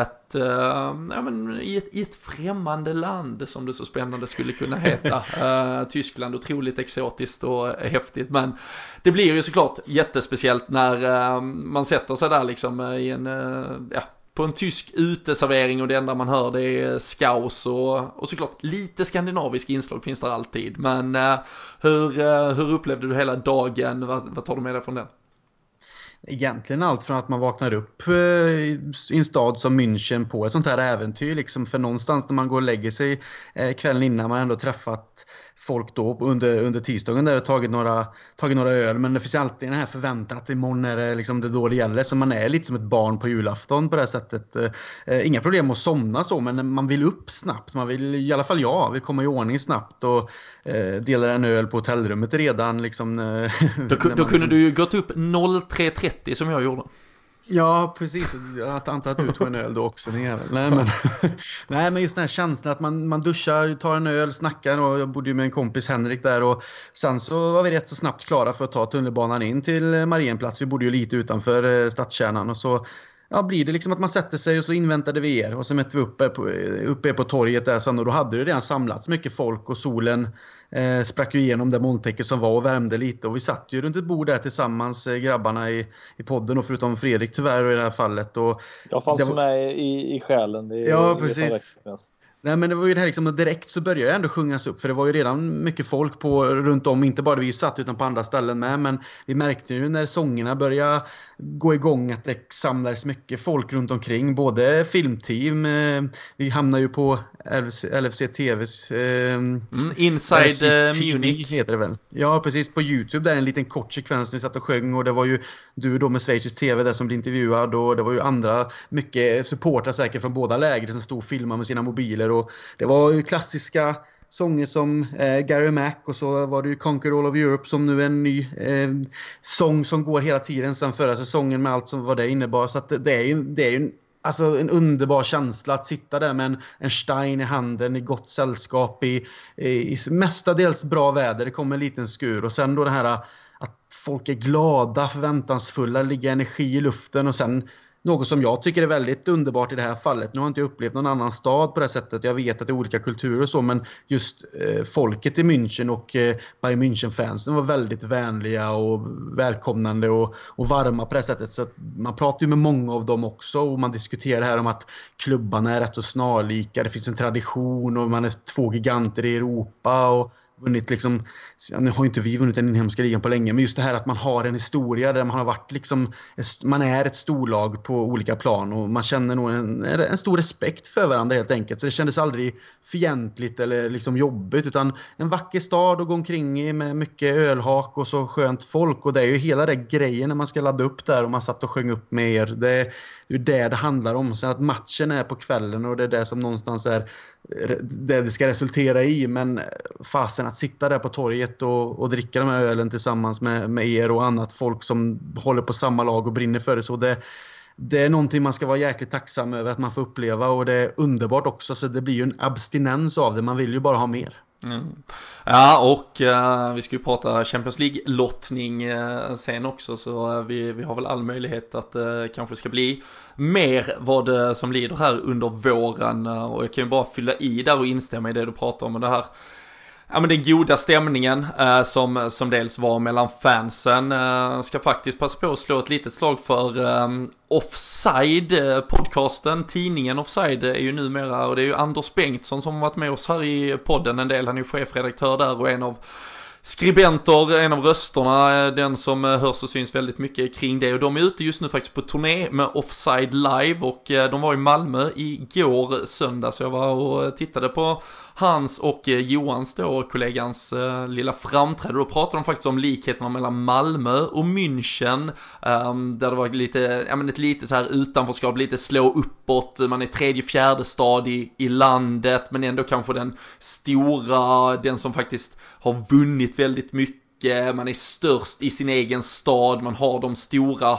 ett främmande land, som det så spännande skulle kunna heta. Tyskland, otroligt exotiskt och häftigt, men det blir ju såklart jättespeciellt när man sätter sig där liksom i en på en tysk uteservering, och det enda man hör det är skaus och såklart lite skandinavisk inslag finns där alltid. Men hur upplevde du hela dagen? Vad tar du med dig från den? Egentligen allt från att man vaknar upp i en stad som München på ett sånt här äventyr liksom, för någonstans när man går och lägger sig kvällen innan man ändå träffat folk då under tisdagen där och tagit några öl, men det finns alltid den här förväntan att imorgon är det liksom det då det gäller, så man är lite som ett barn på julafton på det här sättet. Inga problem att somna så, men man vill upp snabbt, man vill, i alla fall jag vill komma i ordning snabbt och dela en öl på hotellrummet redan liksom. Då kunde du ju gått upp 03.30 som jag gjorde. Ja, precis. Jag antar att du tog en öl då också. Nej, men just den här känslan att man duschar, tar en öl, snackar, och jag bodde ju med en kompis, Henrik, där, och sen så var vi rätt så snabbt klara för att ta tunnelbanan in till Marienplatz. Vi bodde ju lite utanför stadskärnan, och så blir det liksom att man sätter sig och så inväntade vi er, och så mötte vi uppe på torget där sen, och då hade det redan samlats mycket folk och solen sprack ju igenom det molntäcket som var och värmde lite, och vi satt ju runt ett bord där tillsammans, grabbarna i podden, och förutom Fredrik tyvärr i det här fallet. Och jag fanns med i själen. Ja, precis. Nej, men det var ju det här liksom, direkt så började jag ändå sjungas upp, för det var ju redan mycket folk runt om, inte bara vi satt utan på andra ställen med, men vi märkte ju när sångerna började gå igång att det samlades mycket folk runt omkring, både filmteam, vi hamnar ju på LFC TVs Inside Munich heter det väl. Ja, precis, på YouTube där en liten kort sekvens ni satt och sjöng, och det var ju du då med Schweizisk TV där som blev intervjuad, och det var ju andra mycket supportrar säkert från båda läger som stod och filmade med sina mobiler. Och det var ju klassiska sånger som Gary Mac, och så var det ju Conquer All of Europe som nu är en ny sång som går hela tiden sedan förra säsongen med allt som vad det innebar. Så att det är ju alltså en underbar känsla att sitta där med en stein i handen i gott sällskap i mestadels bra väder. Det kommer en liten skur, och sen då det här att folk är glada, förväntansfulla, ligger energi i luften, och sen något som jag tycker är väldigt underbart i det här fallet. Nu har jag inte upplevt någon annan stad på det här sättet. Jag vet att det är olika kulturer och så, men just folket i München och Bayern München-fansen var väldigt vänliga och välkomnande och varma på det här sättet. Så att man pratar ju med många av dem också, och man diskuterar det här om att klubbarna är rätt så snarlika. Det finns en tradition och man är 2 giganter i Europa och vunnit liksom, nu har inte vi vunnit den inhemska ligan på länge, men just det här att man har en historia där man har varit liksom, man är ett storlag på olika plan och man känner nog en stor respekt för varandra helt enkelt. Så det kändes aldrig fientligt eller liksom jobbigt, utan en vacker stad att gå omkring i med mycket ölhak och så skönt folk, och det är ju hela det grejen när man ska ladda upp där och man satt och sjöng upp med er. Det är ju det handlar om. Sen att matchen är på kvällen och det är det som någonstans är det ska resultera i, men fasen att sitta där på torget och dricka de här ölen tillsammans med er och annat folk som håller på samma lag och brinner för det, så det är någonting man ska vara jäkligt tacksam över att man får uppleva, och det är underbart också, så det blir ju en abstinens av det, man vill ju bara ha mer. Ja, och vi ska ju prata Champions League-lottning sen också, så vi har väl all möjlighet att kanske ska bli mer vad det som lider här under våren, och jag kan ju bara fylla i där och instämma i det du pratar om, och det här, ja, men den goda stämningen som dels var mellan fansen. Ska faktiskt passa på att slå ett litet slag för Offside, podcasten, tidningen Offside är ju numera, och det är ju Anders Bengtsson som har varit med oss här i podden en del. Han är ju chefredaktör där och en av skribenter, en av rösterna, den som hörs och syns väldigt mycket kring det, och de är ute just nu faktiskt på turné med Offside Live, och de var i Malmö igår söndag, så jag var och tittade på hans och Johans då, kollegans lilla framträdande. Då pratade de faktiskt om likheterna mellan Malmö och München, där det var lite, ja men ett lite så här utanförskap, lite slå uppåt, man är 3:e, 4:e stad i landet, men ändå kanske den stora, den som faktiskt har vunnit väldigt mycket, man är störst i sin egen stad, man har de stora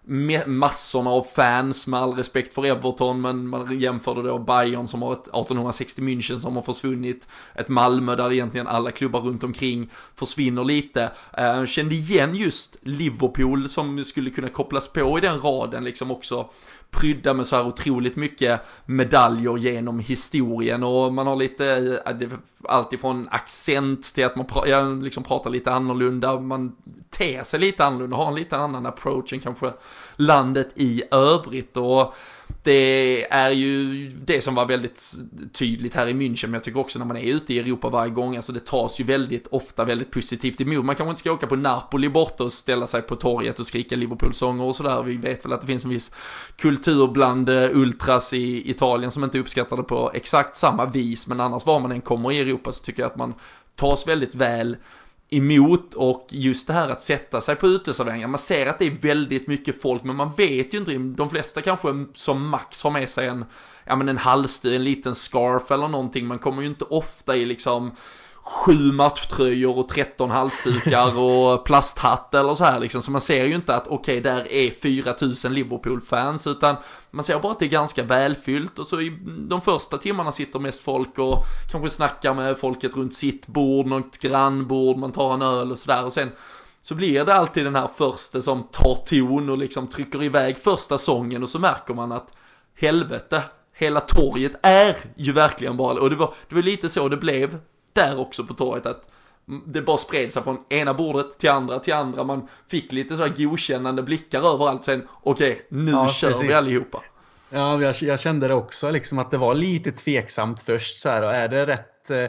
massorna av fans, med all respekt för Everton, men man jämförde då Bayern som har ett 1860 München som har försvunnit, ett Malmö där egentligen alla klubbar runt omkring försvinner lite. Kände igen just Liverpool som skulle kunna kopplas på i den raden, liksom också prydda med så här otroligt mycket medaljer genom historien, och man har lite allt ifrån accent till att man liksom pratar lite annorlunda, man ter sig lite annorlunda, har en lite annan approach än kanske landet i övrigt, och det är ju det som var väldigt tydligt här i München, men jag tycker också när man är ute i Europa varje gång, alltså det tas ju väldigt ofta väldigt positivt emot. Man kanske inte ska åka på Napoli borta och ställa sig på torget och skrika Liverpool-sånger och sådär. Vi vet väl att det finns en viss kultur bland ultras i Italien som inte uppskattar det på exakt samma vis, men annars var man än kommer i Europa så tycker jag att man tas väldigt väl emot, och just det här att sätta sig på uteserveringar, man ser att det är väldigt mycket folk, men man vet ju inte, de flesta kanske som max har med sig en halsduk, en liten scarf eller någonting, man kommer ju inte ofta i liksom 7 matchtröjor och 13 halsdukar och plasthatt eller så här liksom, så man ser ju inte att okej, där är 4000 Liverpool-fans, utan man ser bara att det är ganska välfyllt, och så i de första timmarna sitter mest folk och kanske snackar med folket runt sitt bord, något grannbord, man tar en öl och sådär, och sen så blir det alltid den här första som tar ton och liksom trycker iväg första sången, och så märker man att helvete, hela torget är ju verkligen bara, och det var lite så det blev där också på torget, att det bara spred sig från ena bordet till andra, man fick lite så här godkännande blickar överallt, sen okej, nu kör precis. Vi allihopa. Ja, jag kände det också, liksom att det var lite tveksamt först så här, och är det rätt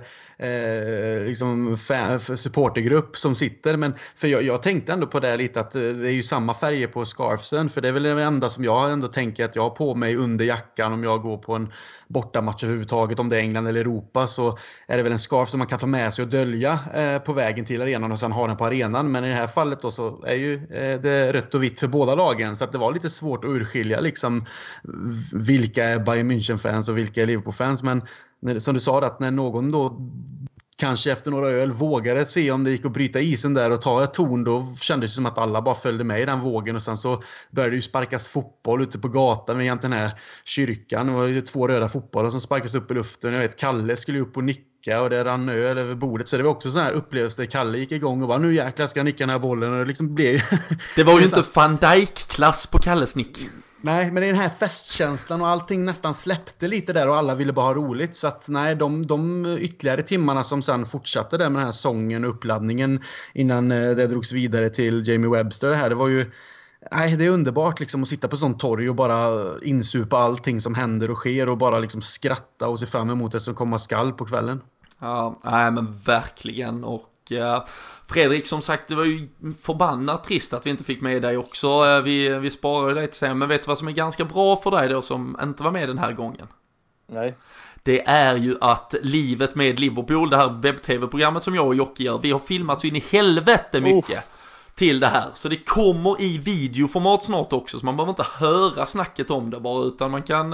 liksom supportergrupp som sitter, men för jag tänkte ändå på det lite, att det är ju samma färger på scarfsen, för det är väl det enda som jag ändå tänker att jag har på mig under jackan om jag går på en bortamatch överhuvudtaget, om det är England eller Europa, så är det väl en scarf som man kan ta med sig och dölja på vägen till arenan och sen ha den på arenan, men i det här fallet då så är ju det rött och vitt för båda lagen, så att det var lite svårt att urskilja liksom vilka är Bayern München-fans och vilka är Liverpool-fans, men som du sa, att när någon då kanske efter några öl vågade se om det gick att bryta isen där och ta ett ton, då kändes det som att alla bara följde med i den vågen, och sen så började det ju sparkas fotboll ute på gatan med den här kyrkan. Det var ju 2 röda fotbollar som sparkas upp i luften. Jag vet, Kalle skulle upp och nicka och det rann öl över bordet, så det var också sån här upplevelse där Kalle gick igång och bara, nu jäklar ska jag nicka den här bollen, och det liksom blev det var ju inte Van Dijk-klass på Kalles nick. Nej, men det är den här festkänslan och allting nästan släppte lite där och alla ville bara ha roligt. Så att nej, de ytterligare timmarna som sen fortsatte där med den här sången och uppladdningen innan det drogs vidare till Jamie Webster. Det var ju, nej, det är underbart liksom att sitta på sån torg och bara insupa allting som händer och sker och bara liksom skratta och se fram emot det som komma skall på kvällen. Ja, nej men verkligen. Och Fredrik, som sagt, det var ju förbannat trist att vi inte fick med dig också. Vi sparar dig till sen, men vet du vad som är ganska bra för dig då som inte var med den här gången? Nej. Det är ju att Livet med Liverpool, det här webb-tv-programmet som jag och Jocke gör, vi har filmat så in i helvete mycket till det här. Så det kommer i videoformat snart också, så man behöver inte höra snacket om det bara, utan man kan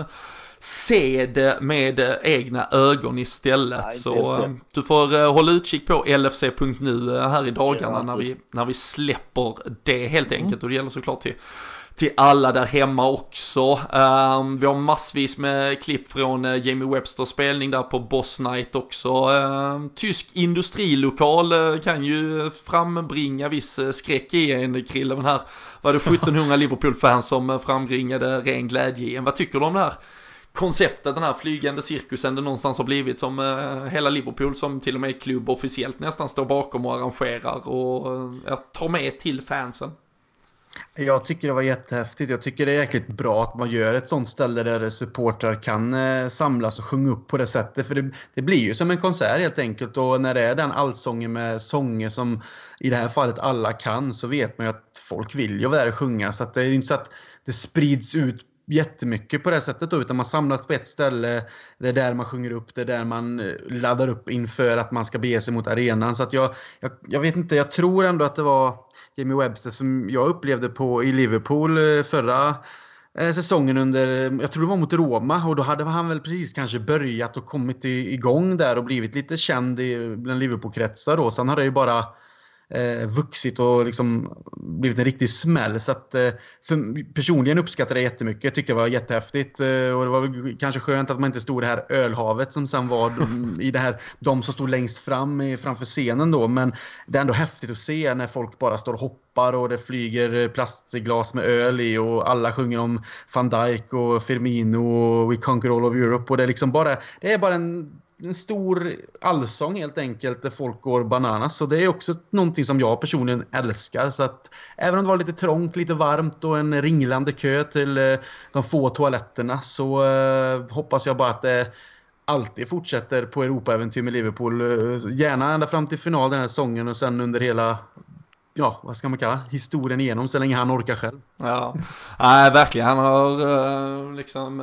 se det med egna ögon istället. Nej, så du får hålla utkik på lfc.nu här i dagarna när vi släpper det helt enkelt. Och det gäller såklart till alla där hemma också. Vi har massvis med klipp från Jamie Websters spelning där på Boss Night också. Tysk industrilokal kan ju frambringa viss skräck i en Krille. Men här var det 1700 Liverpool-fans som frambringade ren glädje i en. Vad tycker du om det här konceptet, den här flygande cirkusen det någonstans har blivit, som hela Liverpool, som till och med klubb officiellt nästan står bakom och arrangerar och tar med till fansen? Jag tycker det var jättehäftigt. Jag tycker det är jäkligt bra att man gör ett sånt ställe där supportrar kan samlas och sjunga upp på det sättet. För det blir ju som en konsert helt enkelt. Och när det är den allsången med sånger som i det här fallet alla kan, så vet man ju att folk vill ju vara där och sjunga. Så att det är ju inte så att det sprids ut jättemycket på det sättet då, utan man samlas på ett ställe, det är där man sjunger upp, det är där man laddar upp inför att man ska bege sig mot arenan. Så att jag vet inte, jag tror ändå att det var Jamie Webster som jag upplevde i Liverpool förra säsongen under, jag tror det var mot Roma, och då hade han väl precis kanske börjat och kommit igång där och blivit lite känd bland Liverpool-kretsar då. Sen har det ju bara vuxit och liksom blivit en riktig smäll, så att personligen uppskattar det jättemycket. Jag tyckte det var jättehäftigt, och det var väl kanske skönt att man inte stod det här ölhavet som sen var i det här, de som stod längst framför scenen då, men det är ändå häftigt att se när folk bara står och hoppar och det flyger plastglas med öl i och alla sjunger om Van Dijk och Firmino och We Conquer All of Europe, och det är liksom bara, det är bara en stor allsång helt enkelt där folk går bananas. Så det är också någonting som jag personligen älskar. Så att även om det var lite trångt, lite varmt och en ringlande kö till de få toaletterna, så hoppas jag bara att det alltid fortsätter på Europa-äventyr med Liverpool. Gärna ända fram till final den här säsongen och sen under hela, ja, vad ska man kalla historien igenom, så länge han orkar själv. Ja, nej, verkligen. Han har liksom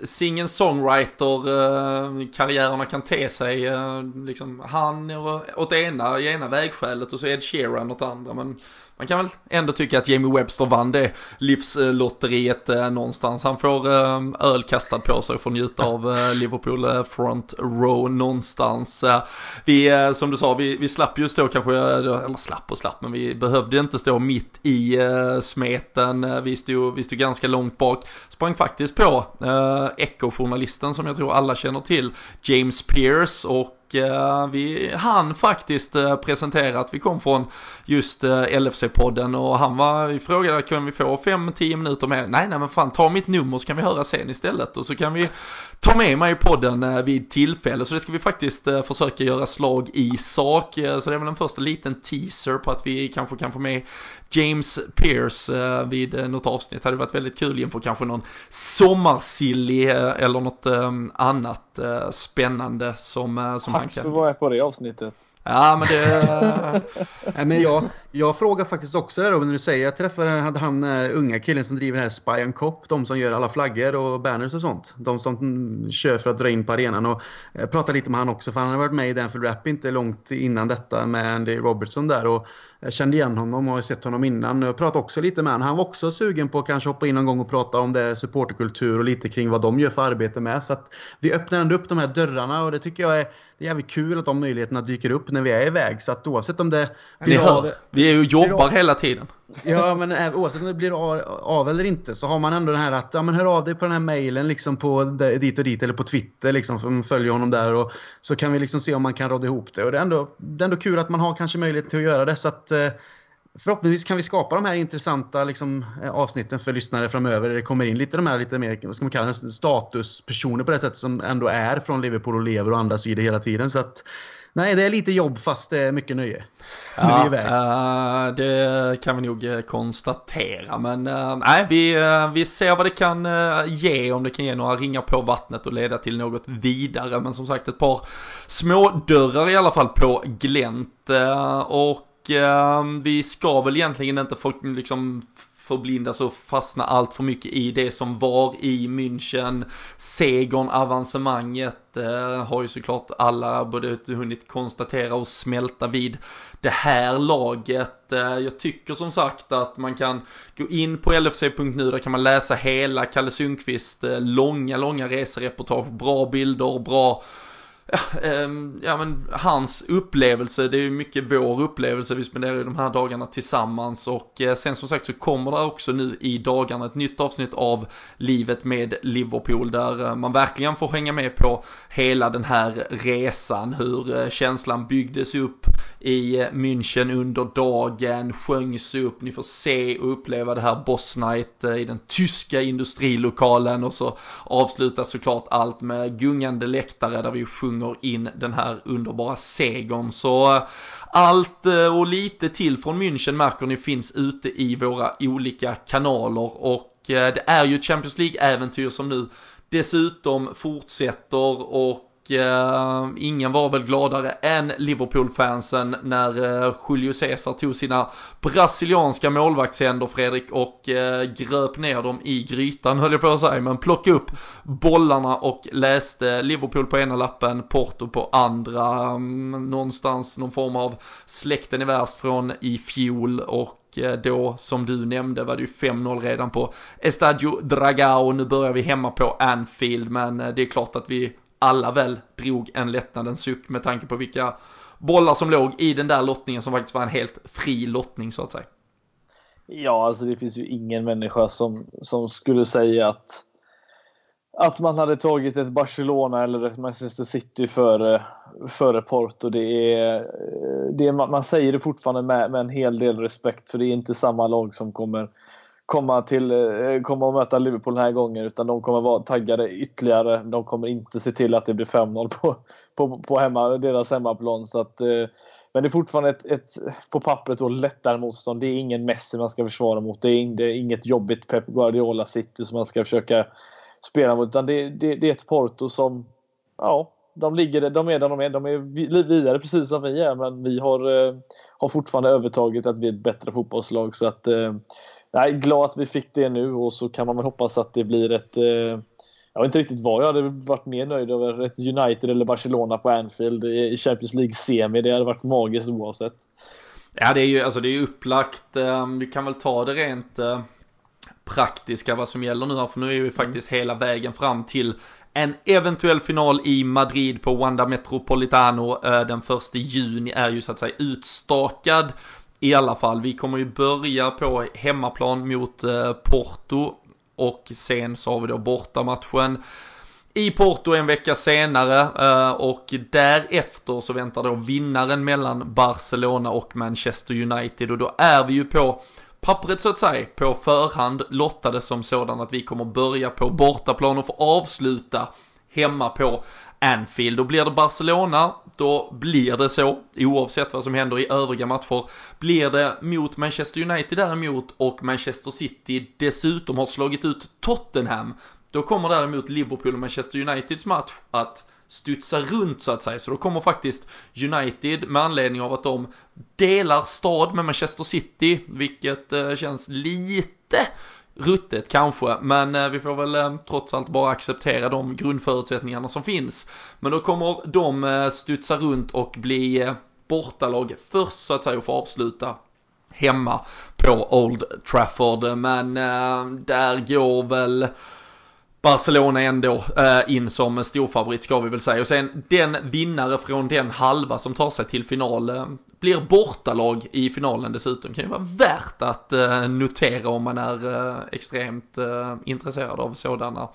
singer-songwriter karriärerna kan te sig. Liksom, han åt ena vägskälet och så Ed Sheeran åt andra. Men man kan väl ändå tycka att Jamie Webster vann det livslotteriet någonstans. Han får öl kastad på sig och får njuta av Liverpool front row någonstans. Vi, som du sa, vi slapp ju stå kanske, eller slapp, men vi behövde inte stå mitt i smeten. Vi stod ganska långt bak. Sprang faktiskt på Echo-journalisten som jag tror alla känner till, James Pearce, och vi hann faktiskt presentera att vi kom från just LFC-podden, och vi frågade, kan vi få 5-10 minuter med? Nej, men fan, ta mitt nummer så kan vi höra sen istället, och så kan vi ta med mig i podden vid tillfälle. Så det ska vi faktiskt försöka göra slag i sak. Så det är väl en första liten teaser på att vi kanske kan få med James Pearce vid något avsnitt. Det hade varit väldigt kul inför kanske någon sommarsilly eller något annat spännande som man kan. Tack för att vara med på det avsnittet. Ja, men det... Nej, men jag frågar faktiskt också där då, när du säger, jag träffade han unga killen som driver här Spy and Cop, de som gör alla flaggor och banners och sånt, de som kör för att dra in på arenan, och jag pratade lite med han också, för han har varit med i Danford Rap inte långt innan detta med Andy Robertson där, och jag kände igen honom och har sett honom innan. Jag pratade också lite med han var också sugen på att kanske hoppa in någon gång och prata om det, supporterkultur och lite kring vad de gör för arbete med, så att vi öppnar ändå upp de här dörrarna, och det tycker jag är jävligt kul att de möjligheterna dyker upp när vi är iväg, så att oavsett om det vi är ju jobbar hela tiden. Ja, men oavsett om det blir av eller inte, så har man ändå den här att, ja, men hör av dig på den här mejlen liksom på dit och dit, eller på Twitter liksom, för man följer honom där, och så kan vi liksom se om man kan råda ihop det, och det är ändå kul att man har kanske möjlighet till att göra det, så att förhoppningsvis kan vi skapa de här intressanta liksom, avsnitten för lyssnare framöver. Det kommer in lite de här lite mer, vad ska man kalla det, statuspersoner på det sättet som ändå är från Liverpool och lever och andas i det hela tiden. Så att nej, det är lite jobb fast det är mycket nöje. Ja, det kan vi nog konstatera. Men nej, vi ser vad det kan ge, om det kan ge några ringar på vattnet och leda till något vidare. Men som sagt, ett par små dörrar i alla fall på glänt. Och vi ska väl egentligen inte förblindas och fastna allt för mycket i det som var i München. Segern, avancemanget har ju såklart alla både hunnit konstatera och smälta vid det här laget. Jag tycker som sagt att man kan gå in på LFC.nu, där kan man läsa hela Kalle Sundqvist långa resereportage, bra bilder, bra men hans upplevelse, det är ju mycket vår upplevelse, vi spenderar ju de här dagarna tillsammans. Och sen som sagt så kommer det också nu i dagarna ett nytt avsnitt av Livet med Liverpool, där man verkligen får hänga med på hela den här resan, hur känslan byggdes upp i München under dagen, sjöngs upp, ni får se och uppleva det här Boss Night i den tyska industrilokalen, och så avslutas såklart allt med gungande läktare där vi sjunger in den här underbara segern. Så allt och lite till från München märker ni finns ute i våra olika kanaler, och det är ju ett Champions League-äventyr som nu dessutom fortsätter, och ingen var väl gladare än Liverpool-fansen när Julio Cesar tog sina brasilianska målvaktshänder, Fredrik, och gröp ner dem i grytan, höll jag på att säga, men plocka upp bollarna och läste Liverpool på ena lappen, Porto på andra, någonstans någon form av släkten i värst från i fjol. Och då, som du nämnde, var det ju 5-0 redan på Estadio Dragao, och nu börjar vi hemma på Anfield. Men det är klart att vi alla väl drog en lättnadens suck med tanke på vilka bollar som låg i den där lottningen, som faktiskt var en helt fri lottning så att säga. Ja, alltså det finns ju ingen människa som skulle säga att man hade tagit ett Barcelona eller ett Manchester City före Porto. Man säger det fortfarande med en hel del respekt, för det är inte samma lag som kommer att möta Liverpool den här gången, utan de kommer vara taggade ytterligare. De kommer inte se till att det blir 5-0 på deras hemmaplan. Så att, men det är fortfarande ett på pappret och lättare motstånd. Det är ingen Messi man ska försvara mot. Det är inget jobbigt Pep Guardiola City som man ska försöka spela mot, utan det är ett Porto som, ja, de är där de är vidare precis som vi är, men vi har fortfarande övertaget att vi är ett bättre fotbollslag. Så att jag är glad att vi fick det nu, och så kan man väl hoppas att det blir ett jag vet inte riktigt vad jag hade varit mer nöjd över, ett United eller Barcelona på Anfield i Champions League semi. Det hade varit magiskt oavsett. Ja, det är ju upplagt. Vi kan väl ta det rent praktiska vad som gäller nu här, för nu är vi faktiskt hela vägen fram till en eventuell final i Madrid på Wanda Metropolitano den 1 juni är ju så att säga utstakad i alla fall. Vi kommer ju börja på hemmaplan mot Porto, och sen så har vi då bortamatchen i Porto en vecka senare, och därefter så väntar då vinnaren mellan Barcelona och Manchester United, och då är vi ju på pappret så att säga på förhand lottade som sådan att vi kommer börja på bortaplan och få avsluta hemma på Anfield. Då blir det Barcelona, då blir det så, oavsett vad som händer i övriga matcher. Blir det mot Manchester United däremot, och Manchester City dessutom har slagit ut Tottenham, då kommer däremot Liverpool och Manchester Uniteds match att studsa runt så att säga. Så då kommer faktiskt United, med anledning av att de delar stad med Manchester City, vilket känns lite ruttet kanske, men vi får väl trots allt bara acceptera de grundförutsättningarna som finns. Men då kommer de studsa runt och bli bortalag först så att säga, och få avsluta hemma på Old Trafford. Men där går väl Barcelona ändå in som storfavorit ska vi väl säga. Och sen den vinnare från den halva som tar sig till final blir bortalag i finalen dessutom. Kan ju vara värt att notera om man är extremt intresserad av sådana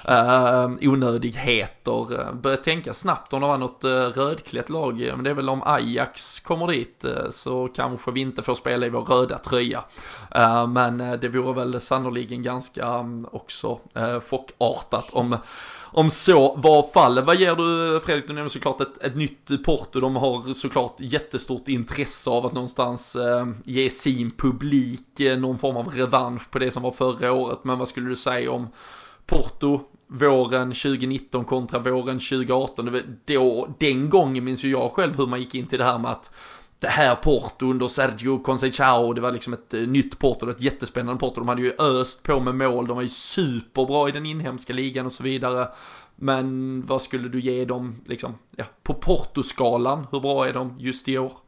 onödigheter. Börja tänka snabbt om det var något rödklätt lag. Men det är väl om Ajax kommer dit så kanske vi inte får spela i vår röda tröja. Men det vore väl sannoliken ganska också chockartat om så var fallet. Vad ger du, Fredrik? Du nämner såklart ett nytt Porto. De har såklart jättestort intresse av att någonstans ge sin publik någon form av revansch på det som var förra året. Men vad skulle du säga om Porto våren 2019 kontra våren 2018? Den gången minns ju jag själv hur man gick in till det här med att det här Porto under Sergio Conceição, det var liksom ett nytt Porto, ett jättespännande Porto. De hade ju öst på med mål, de var ju superbra i den inhemska ligan och så vidare. Men vad skulle du ge dem liksom, på Porto-skalan? Hur bra är de just i år?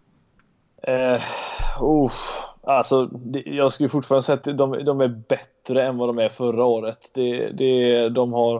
Alltså, jag skulle fortfarande säga att de är bättre än vad de är förra året. De har,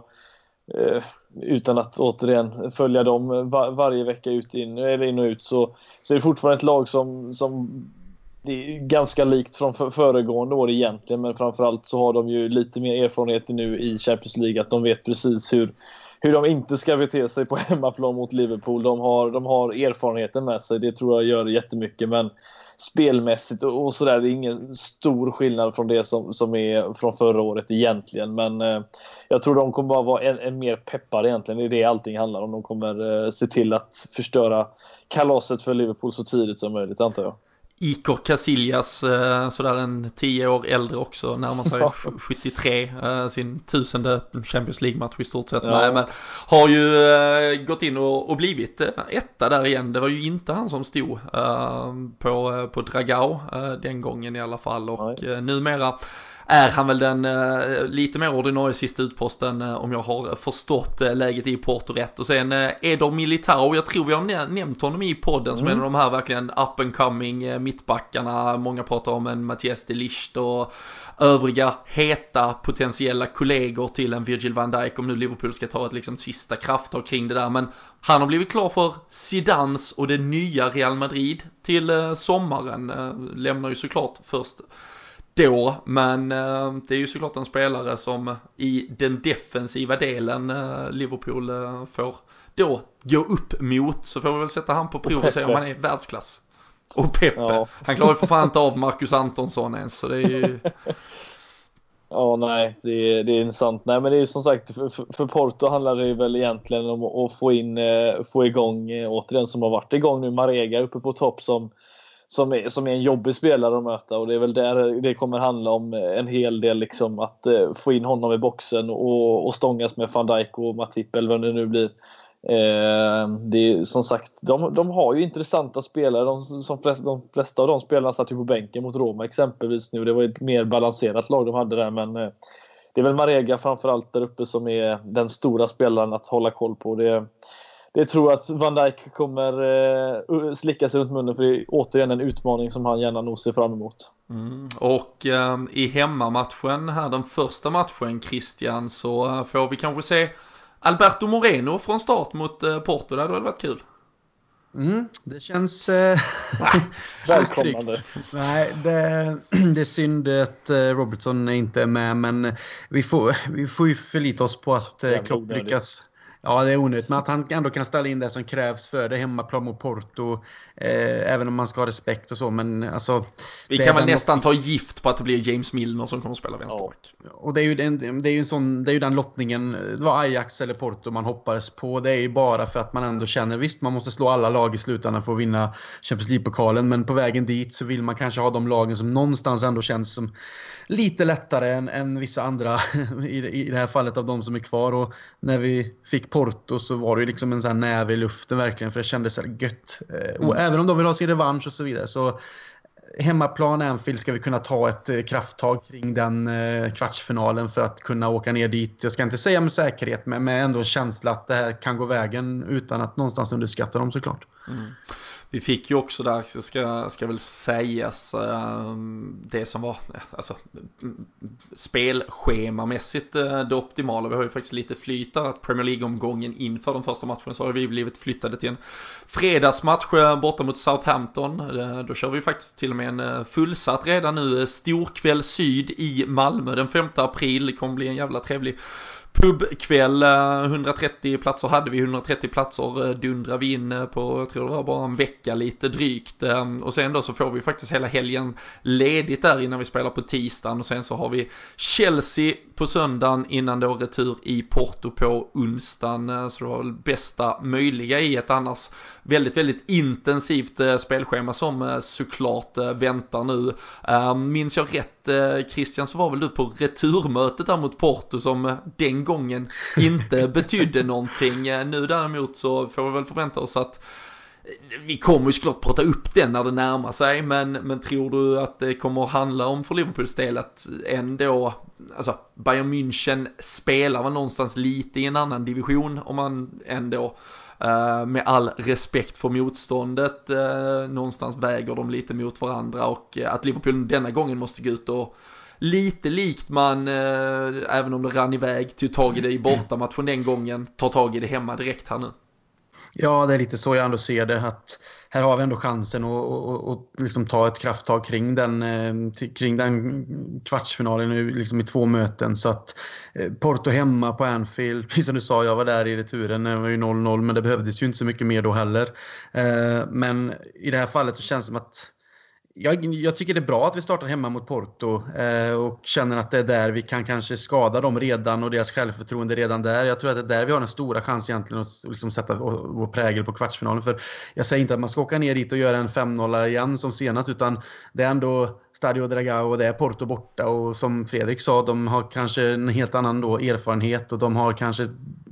utan att återigen följa dem varje vecka in och ut, så är det fortfarande ett lag som det är ganska likt från föregående år egentligen, men framförallt så har de ju lite mer erfarenhet nu i Champions League, att de vet precis hur de inte ska bete sig på hemmaplan mot Liverpool. De har erfarenheten med sig, det tror jag gör jättemycket, men spelmässigt och sådär, det är ingen stor skillnad från det som är från förra året egentligen, men jag tror de kommer bara vara en mer peppar egentligen. Det är det allting handlar om. De kommer se till att förstöra kalaset för Liverpool så tidigt som möjligt, antar jag. Iker Casillas, sådär en 10 år äldre också, närmar sig 73, sin 1000:e Champions League-match i stort sett. Ja. Nej, men har ju gått in och blivit etta där igen. Det var ju inte han som stod på Dragao den gången i alla fall, och numera är han väl den lite mer ordinarie sista utposten, om jag har förstått läget i Porto rätt. Och sen Eder Militao, jag tror vi har nämnt honom i podden som en av de här verkligen up and coming mittbackarna. Många pratar om en Mattias de Ligt och övriga heta potentiella kollegor till en Virgil van Dijk, om nu Liverpool ska ta ett liksom sista krafttag kring det där. Men han har blivit klar för Zidanes och det nya Real Madrid till sommaren. Lämnar ju såklart först då, men det är ju såklart en spelare som i den defensiva delen Liverpool får då gå upp mot, så får vi väl sätta han på prov och se om han är världsklass. Och Peppe, ja. Han klarar ju för fan inte av Marcus Antonsson ens, så det är ju... Ja, nej, det är sant. Nej, men det är ju som sagt, för Porto handlar det väl egentligen om att få igång återigen, som har varit igång nu, Marega uppe på topp som är en jobbig spelare att möta, och det är väl där det kommer handla om en hel del, liksom, att få in honom i boxen och stångas med Van Dijk och Matip eller vad det nu blir. Det är som sagt, de har ju intressanta spelare. De flesta av de spelarna satt ju på bänken mot Roma exempelvis nu. Det var ett mer balanserat lag de hade där, men det är väl Marega framförallt där uppe som är den stora spelaren att hålla koll på. Det tror jag att Van Dijk kommer slicka sig runt munnen, för det är återigen en utmaning som han gärna nog ser fram emot. Och i hemmamatchen här, den första matchen, Christian, så får vi kanske se Alberto Moreno från start mot Porto. Där det hade varit kul. Det känns välkomnande. Nej, det är synd att Robertson inte är med, men vi får ju förlita oss på att Klopp lyckas. Ja, det är onödigt, men att han ändå kan ställa in det som krävs för det hemmaplan mot Porto, även om man ska ha respekt och så, men alltså... Vi kan väl nästan ta gift på att det blir James Milner som kommer att spela vänsterback. Ja. Och det är ju den lottningen, det var Ajax eller Porto man hoppades på. Det är ju bara för att man ändå känner, visst, man måste slå alla lag i slutändan för att vinna Champions League-pokalen, men på vägen dit så vill man kanske ha de lagen som någonstans ändå känns som lite lättare än vissa andra i det här fallet av de som är kvar. Och när vi fick Porto så var det ju liksom en sån här näve i luften verkligen, för det kändes så gött. Och även om de vill ha sin revansch och så vidare, så hemmaplan Anfield ska vi kunna ta ett krafttag kring den kvartsfinalen för att kunna åka ner dit. Jag ska inte säga med säkerhet, men med ändå en känsla att det här kan gå vägen utan att någonstans underskatta dem, såklart. Vi fick ju också där, ska väl sägas, det som var alltså, spelschemamässigt det optimala. Vi har ju faktiskt lite flyt där, att Premier League-omgången inför den första matchen så har vi blivit flyttade till en fredagsmatch borta mot Southampton. Då kör vi faktiskt till och med en fullsatt redan nu storkväll syd i Malmö den 5 april. Det kommer bli en jävla trevlig pubkväll. 130 platser hade vi, 130 platser dundrar vi in på, jag tror det var bara en vecka lite drygt, och sen då så får vi faktiskt hela helgen ledigt där innan vi spelar på tisdagen, och sen så har vi Chelsea på söndagen innan då retur i Porto på onsdagen, så det var väl bästa möjliga i ett annars väldigt, väldigt intensivt spelschema som såklart väntar nu. Minns jag rätt, Christian, så var väl du på returmötet där mot Porto som den gången inte betydde någonting. Nu däremot så får vi väl förvänta oss att vi kommer ju såklart prata upp den när det närmar sig, men tror du att det kommer att handla om för Liverpools del att ändå, alltså Bayern München spelar väl någonstans lite i en annan division, om man ändå med all respekt för motståndet någonstans väger de lite mot varandra, och att Liverpool denna gången måste gå ut och lite likt man, även om det rann iväg, tog tag i det i bortamatchen den gången, tar tag i det hemma direkt här nu. Ja, det är lite så jag ändå ser det, att här har vi ändå chansen att liksom ta ett krafttag kring den kvartsfinalen nu, liksom i 2 möten. Så att Porto hemma på Anfield, precis som du sa, jag var där i returen, det var ju 0-0, men det behövdes ju inte så mycket mer då heller. Men i det här fallet så känns det som att jag tycker det är bra att vi startar hemma mot Porto och känner att det är där vi kan kanske skada dem redan och deras självförtroende redan där. Jag tror att det är där vi har den stora chansen egentligen att liksom sätta vår prägel på kvartsfinalen. För jag säger inte att man ska åka ner dit och göra en 5-0 igen som senast, utan det är ändå Stadio Dragao och det är Porto borta, och som Fredrik sa, de har kanske en helt annan då erfarenhet och de har kanske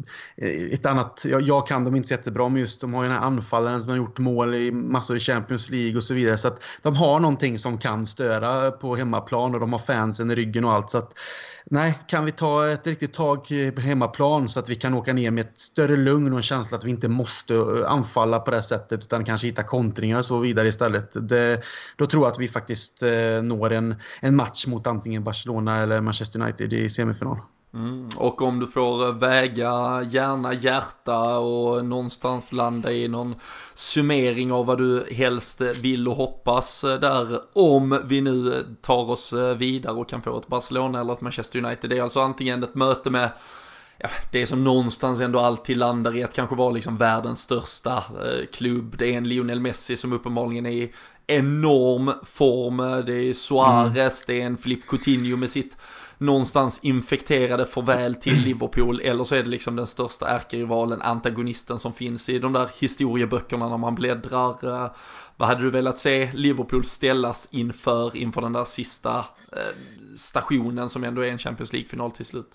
ett annat, jag kan dem inte så jättebra, men just de har ju den här anfallaren som har gjort mål i massor i Champions League och så vidare, så att de har någonting som kan störa på hemmaplan och de har fansen i ryggen och allt, så att nej, kan vi ta ett riktigt tag på hemmaplan så att vi kan åka ner med ett större lugn och en känsla att vi inte måste anfalla på det sättet utan kanske hitta kontringar och så vidare istället. Då tror jag att vi faktiskt når en match mot antingen Barcelona eller Manchester United i semifinal. Och om du får väga gärna hjärta och någonstans landa i någon summering av vad du helst vill och hoppas där, om vi nu tar oss vidare och kan få ett Barcelona eller ett Manchester United, det är alltså antingen ett möte med det som någonstans ändå alltid landar i att kanske vara liksom världens största klubb. Det är en Lionel Messi som uppenbarligen är i enorm form, det är Suarez, det är en Philippe Coutinho med sitt någonstans infekterade farväl till Liverpool, eller så är det liksom den största ärkerivalen, antagonisten som finns i de där historieböckerna när man bläddrar. Vad hade du velat se Liverpool ställas inför den där sista stationen som ändå är en Champions League-final till slut?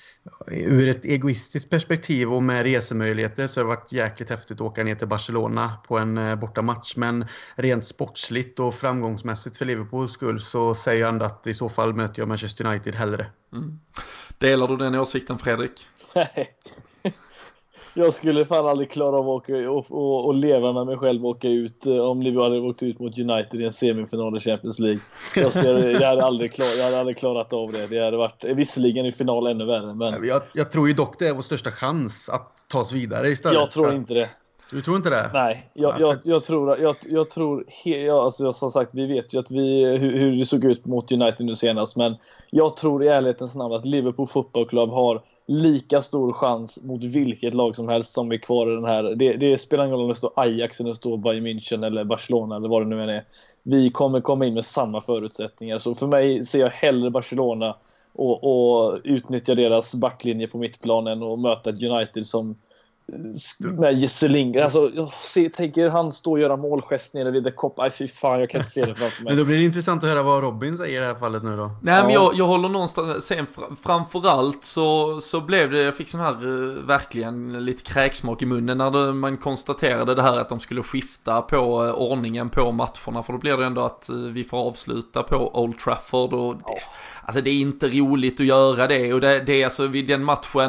Ur ett egoistiskt perspektiv och med resemöjligheter så har det varit jäkligt häftigt att åka ner till Barcelona på en bortamatch, men rent sportsligt och framgångsmässigt för Liverpools skull så säger jag ändå att i så fall möter jag Manchester United hellre. Delar du den åsikten, Fredrik? Nej. Jag skulle fan aldrig klara av att åka och leva med mig själv och åka ut om Liverpool hade åkt ut mot United i en semifinal i Champions League. Jag hade aldrig klarat av det. Det hade varit visserligen i final ännu värre, men jag tror ju dock det är vår största chans att ta oss vidare istället. Jag tror inte det. Du tror inte det? Nej, jag tror alltså som sagt, vi vet ju att hur det såg ut mot United nu senast, men jag tror i ärlighetens namn att Liverpool Football Club har lika stor chans mot vilket lag som helst som är kvar i den här. Det spelar ingen roll om det står Ajax eller det står Bayern München eller Barcelona eller vad det nu än är. Vi kommer komma in med samma förutsättningar. Så för mig ser jag hellre Barcelona och utnyttja deras backlinje på mittplan än att möta ett United som med Jesse Lingard. Alltså, jag tänker han stå och göra målgest nere vid The Cop. Aj, fy fan, jag kan inte se det framför mig. Men då blir det intressant att höra vad Robin säger i det här fallet nu då. Nej, men jag håller någonstans. Sen framförallt så blev det, jag fick sån här verkligen lite kräksmak i munnen när man konstaterade det här att de skulle skifta på ordningen på matcherna, för då blir det ändå att vi får avsluta på Old Trafford och alltså det är inte roligt att göra det, och det är alltså vid den matchen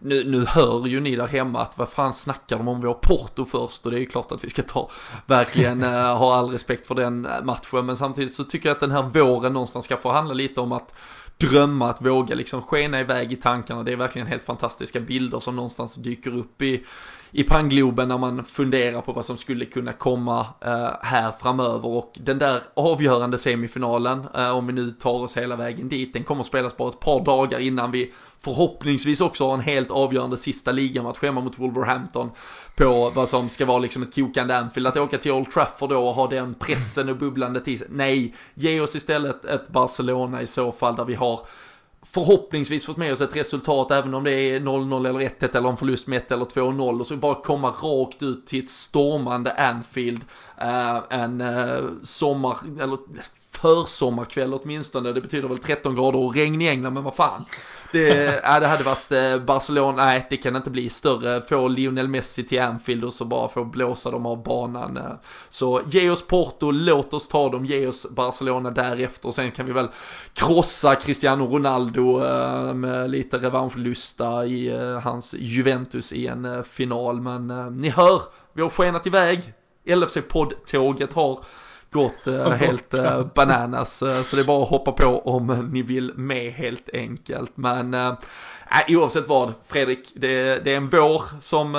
nu hör ju ni där hemma att vad fan snackar de om, vi har Porto först, och det är ju klart att vi ska verkligen ha all respekt för den matchen, men samtidigt så tycker jag att den här våren någonstans ska få handla lite om att drömma, att våga liksom skena iväg i tankarna. Det är verkligen helt fantastiska bilder som någonstans dyker upp i pangloben när man funderar på vad som skulle kunna komma här framöver, och den där avgörande semifinalen, om vi nu tar oss hela vägen dit, den kommer att spelas bara ett par dagar innan vi förhoppningsvis också har en helt avgörande sista ligamatch hemma mot Wolverhampton på vad som ska vara liksom ett kokande Anfield. Att åka till Old Trafford då och ha den pressen och bubblandet i sig. Nej, ge oss istället ett Barcelona i så fall där vi har förhoppningsvis fått med oss ett resultat, även om det är 0-0 eller 1-1 eller en förlust med 1 eller 2-0, och så bara komma rakt ut till ett stormande Anfield en sommar eller försommarkväll åtminstone. Det betyder väl 13 grader och regn i England, men vad fan. Det hade varit Barcelona, nej det kan inte bli större. Få Lionel Messi till Anfield och så bara få blåsa dem av banan. Så ge oss Porto, låt oss ta dem, ge oss Barcelona därefter, och sen kan vi väl krossa Cristiano Ronaldo med lite revanschlusta i hans Juventus i en final. Men ni hör, vi har skenat iväg. LFC-podd-tåget har gått helt bananas, så det är bara att hoppa på om ni vill med helt enkelt. Men oavsett vad, Fredrik, det är en vår som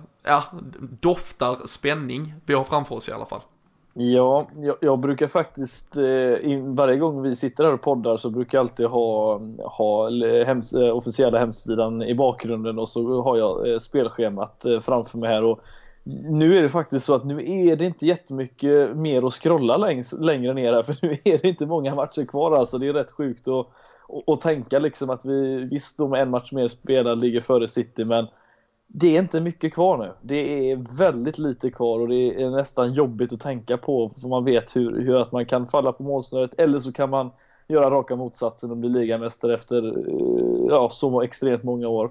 doftar spänning vi har framför oss i alla fall. Ja, jag brukar faktiskt varje gång vi sitter här och poddar så brukar jag alltid ha officiella hemsidan i bakgrunden, och så har jag spelschemat framför mig här, och nu är det faktiskt så att nu är det inte jättemycket mer att scrolla längre ner här, för nu är det inte många matcher kvar, alltså det är rätt sjukt att tänka liksom att vi visst om en match mer spelad ligger före City, men det är inte mycket kvar nu. Det är väldigt lite kvar, och det är nästan jobbigt att tänka på, för man vet hur att man kan falla på målsnöret, eller så kan man göra raka motsatsen och bli ligamästare efter så extremt många år.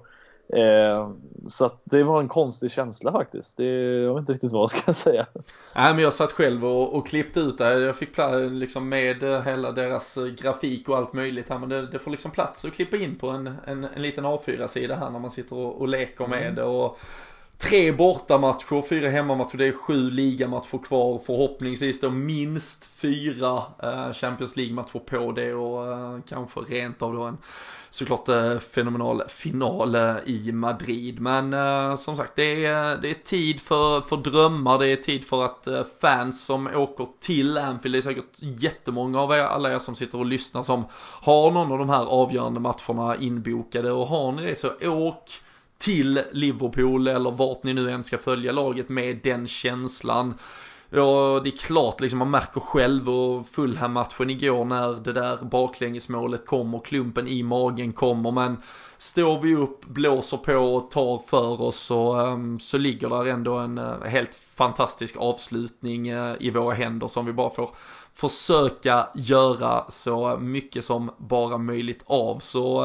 Så att det var en konstig känsla faktiskt. Jag vet inte riktigt vad jag ska säga. Nej, men jag satt själv och klippte ut det. Jag fick liksom med hela deras grafik och allt möjligt här, men det får liksom plats att klippa in på en liten A4-sida här när man sitter och leker med det. Och 3 bortamatcher, 4 hemmamatcher, det är 7 ligamatcher kvar. Förhoppningsvis då minst 4 Champions League-matcher på det, och kanske rent av då en såklart fenomenal final i Madrid. Men som sagt, det är tid för drömmar, det är tid för att fans som åker till Anfield, det är säkert jättemånga av alla er som sitter och lyssnar som har någon av de här avgörande matcherna inbokade, och har ni det så åk till Liverpool eller vart ni nu än ska följa laget med den känslan. Ja, det är klart liksom, man märker själv, och Fulham-matchen igår när det där baklängesmålet kommer, klumpen i magen kommer, men står vi upp, blåser på och tar för oss, så ligger där ändå en helt fantastisk avslutning i våra händer som vi bara får försöka göra så mycket som bara möjligt av. Så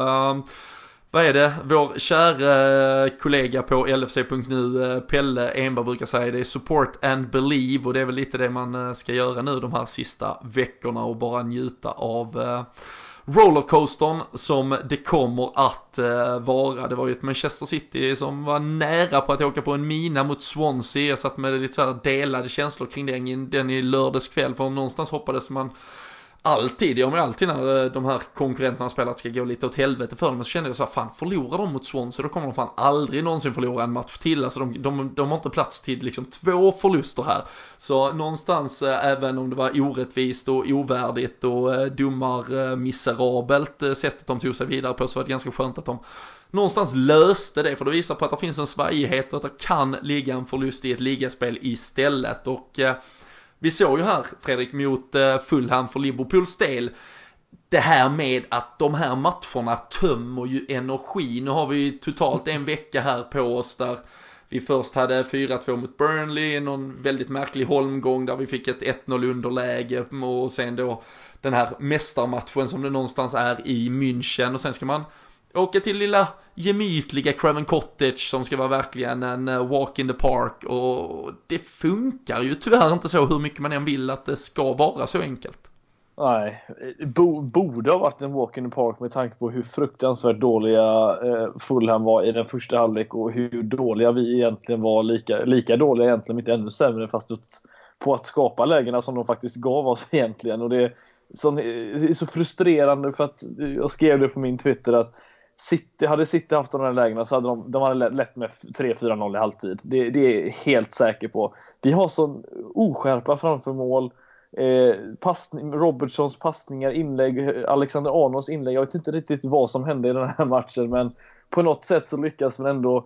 vad är det? Vår kära kollega på LFC.nu, Pelle Enberg, brukar säga det är support and believe, och det är väl lite det man ska göra nu de här sista veckorna, och bara njuta av rollercoastern som det kommer att vara. Det var ju ett Manchester City som var nära på att åka på en mina mot Swansea. Jag satt med lite så här delade känslor kring den i lördagskväll, för någonstans hoppades man alltid när de här konkurrenterna spelar att ska gå lite åt helvete för dem, så kände jag så här, fan, förlorar de mot Swansea, då kommer de fan aldrig någonsin förlora en match till. Alltså de har inte plats till liksom 2 förluster här. Så någonstans, även om det var orättvist och ovärdigt och miserabelt sättet de tog sig vidare på, så var det ganska skönt att de någonstans löste det, för det visar på att det finns en svagighet och att det kan ligga en förlust i ett ligaspel istället. Och vi såg ju här, Fredrik, mot Fulham för Liverpools del, det här med att de här matcherna tömmer ju energi. Nu har vi totalt en vecka här på oss där vi först hade 4-2 mot Burnley, någon väldigt märklig holmgång där vi fick ett 1-0 underläge, och sen då den här mästarmatchen som det någonstans är i München, och sen ska man åka till lilla gemytliga Craven Cottage som ska vara verkligen en walk in the park, och det funkar ju tyvärr inte så hur mycket man än vill att det ska vara så enkelt. Nej, borde ha varit en walk in the park med tanke på hur fruktansvärt dåliga Fulham var i den första halvlek och hur dåliga vi egentligen var, lika dåliga egentligen, inte ännu sämre, fast på att skapa lägena som de faktiskt gav oss egentligen. Och det är så frustrerande, för att jag skrev det på min Twitter att hade City haft de här lägena så hade de hade lätt med 3-4-0 i halvtid. Det är jag helt säker på. Vi har sån oskärpa framför mål. Robertsons passningar, inlägg, Alexander Arnolds inlägg. Jag vet inte riktigt vad som hände i den här matchen, men på något sätt så lyckas man ändå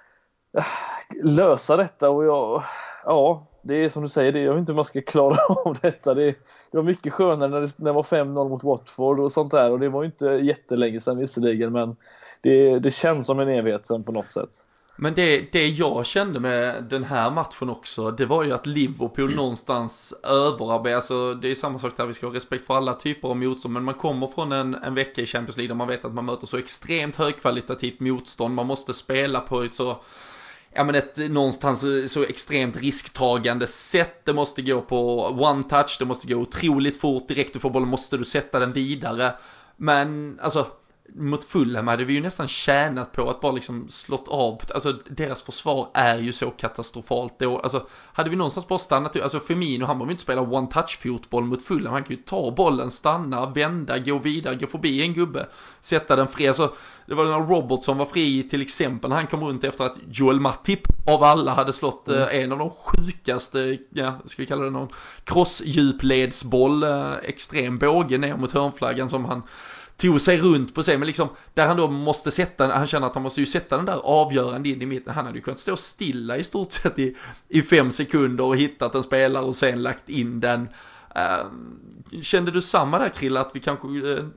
lösa detta. Och det är som du säger, jag vet inte hur man ska klara av detta. Det var mycket skönare när det var 5-0 mot Watford och sånt där, och det var ju inte jättelänge sedan visserligen, men det känns som en evighet sedan på något sätt. Men det jag kände med den här matchen också, det var ju att Liverpool någonstans överarbetade. Alltså det är samma sak där, vi ska ha respekt för alla typer av motstånd, men man kommer från en vecka i Champions League där man vet att man möter så extremt högkvalitativt motstånd. Man måste spela på ett så, ett någonstans så extremt risktagande sätt. Det måste gå på one touch, det måste gå otroligt fort, direkt du får bollen måste du sätta den vidare. Men alltså mot Fulham hade vi ju nästan tjänat på att bara liksom slått av. Alltså deras försvar är ju så katastrofalt då. Alltså hade vi någonstans bara stannat, alltså Firmino, han behöver inte spela one touch fotboll mot Fulham. Han kan ju ta bollen, stanna, vända, gå vidare, gå förbi en gubbe, sätta den fri. Alltså det var när Robertson var fri till exempel, han kom runt efter att Joel Matip av alla hade slått en av de sjukaste, ska vi kalla det någon crossdjupledsboll, extrem båge ner mot hörnflaggan som han tog sig runt på sig, men liksom där han då måste han känner att han måste ju sätta den där avgörande in i mitten. Han hade ju kunnat stå stilla i stort sett i 5 sekunder och hittat en spelare och sen lagt in den. Kände du samma där, Krilla, att vi kanske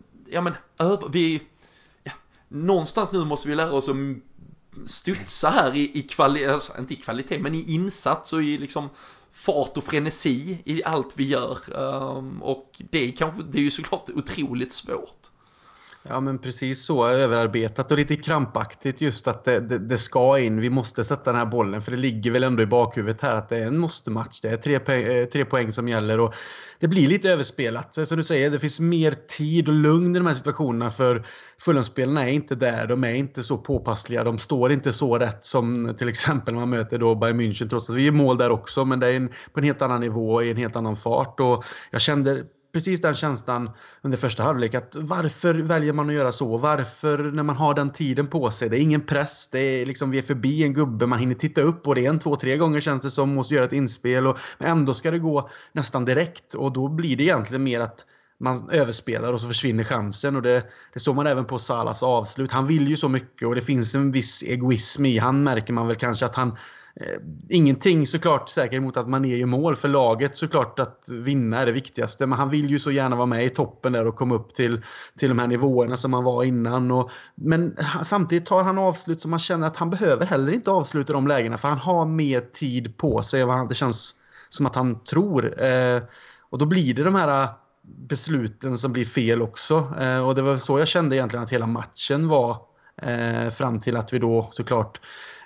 någonstans nu måste vi lära oss att studsa här i kvalitet, alltså, inte i kvalitet men i insats och i liksom fart och frenesi i allt vi gör, och det är ju såklart otroligt svårt. Ja, men precis så, överarbetat och lite krampaktigt, just att det ska in, vi måste sätta den här bollen, för det ligger väl ändå i bakhuvudet här att det är en måste-match, det är 3 poäng som gäller, och det blir lite överspelat. Som du säger, det finns mer tid och lugn i de här situationerna, för Fulham-spelarna är inte där, de är inte så påpassliga, de står inte så rätt som till exempel man möter då Bayern München, trots att vi är mål där också, men det är på en helt annan nivå, i en helt annan fart, och jag kände precis den känslan under första halvlek, att varför väljer man att göra så? Varför, när man har den tiden på sig? Det är ingen press, det är liksom, vi är förbi en gubbe, man hinner titta upp och det är 1, 2, 3 gånger känns det som, måste göra ett inspel, och ändå ska det gå nästan direkt, och då blir det egentligen mer att man överspelar och så försvinner chansen, och det såg man även på Salahs avslut. Han vill ju så mycket och det finns en viss egoism i han, märker man väl kanske att han ingenting såklart säkert emot att man är i mål för laget, såklart att vinna är det viktigaste, men han vill ju så gärna vara med i toppen där och komma upp till de här nivåerna som han var innan, men samtidigt tar han avslut som man känner att han behöver heller inte avsluta de lägena, för han har mer tid på sig och det känns som att han tror, och då blir det de här besluten som blir fel också, och det var så jag kände egentligen att hela matchen var, fram till att vi då såklart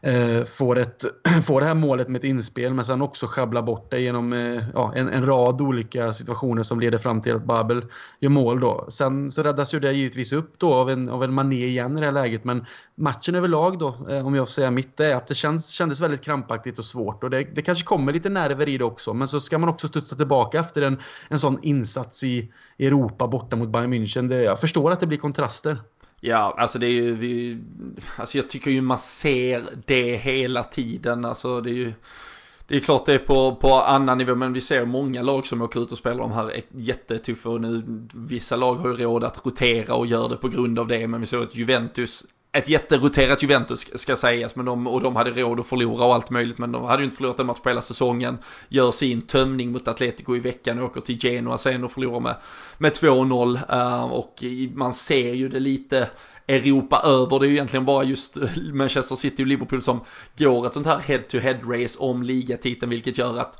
får det här målet med ett inspel, men sen också schabbla bort det genom en rad olika situationer som leder fram till att Babel gör mål då. Sen så räddas ju det givetvis upp då av en Mané igen i det här läget, men matchen överlag då, om jag får säga mitt, är att det kändes väldigt krampaktigt och svårt, och det kanske kommer lite nerver i det också, men så ska man också studsa tillbaka efter en sån insats i Europa borta mot Bayern München. Jag förstår att det blir kontraster. Ja, alltså det är ju alltså jag tycker ju man ser det hela tiden. Alltså det är klart det är på annan nivå, men vi ser många lag som åker ut och spelar de här jättetuffa, och nu vissa lag har ju råd att rotera och gör det på grund av det, men vi såg ett jätteroterat Juventus ska sägas, men de hade råd att förlora och allt möjligt, men de hade ju inte förlorat en match på hela säsongen, gör sin tömning mot Atletico i veckan och åker till Genoa sen och förlorar med 2-0, och man ser ju det lite Europa över. Det är ju egentligen bara just Manchester City och Liverpool som går ett sånt här head-to-head race om ligatiteln, vilket gör att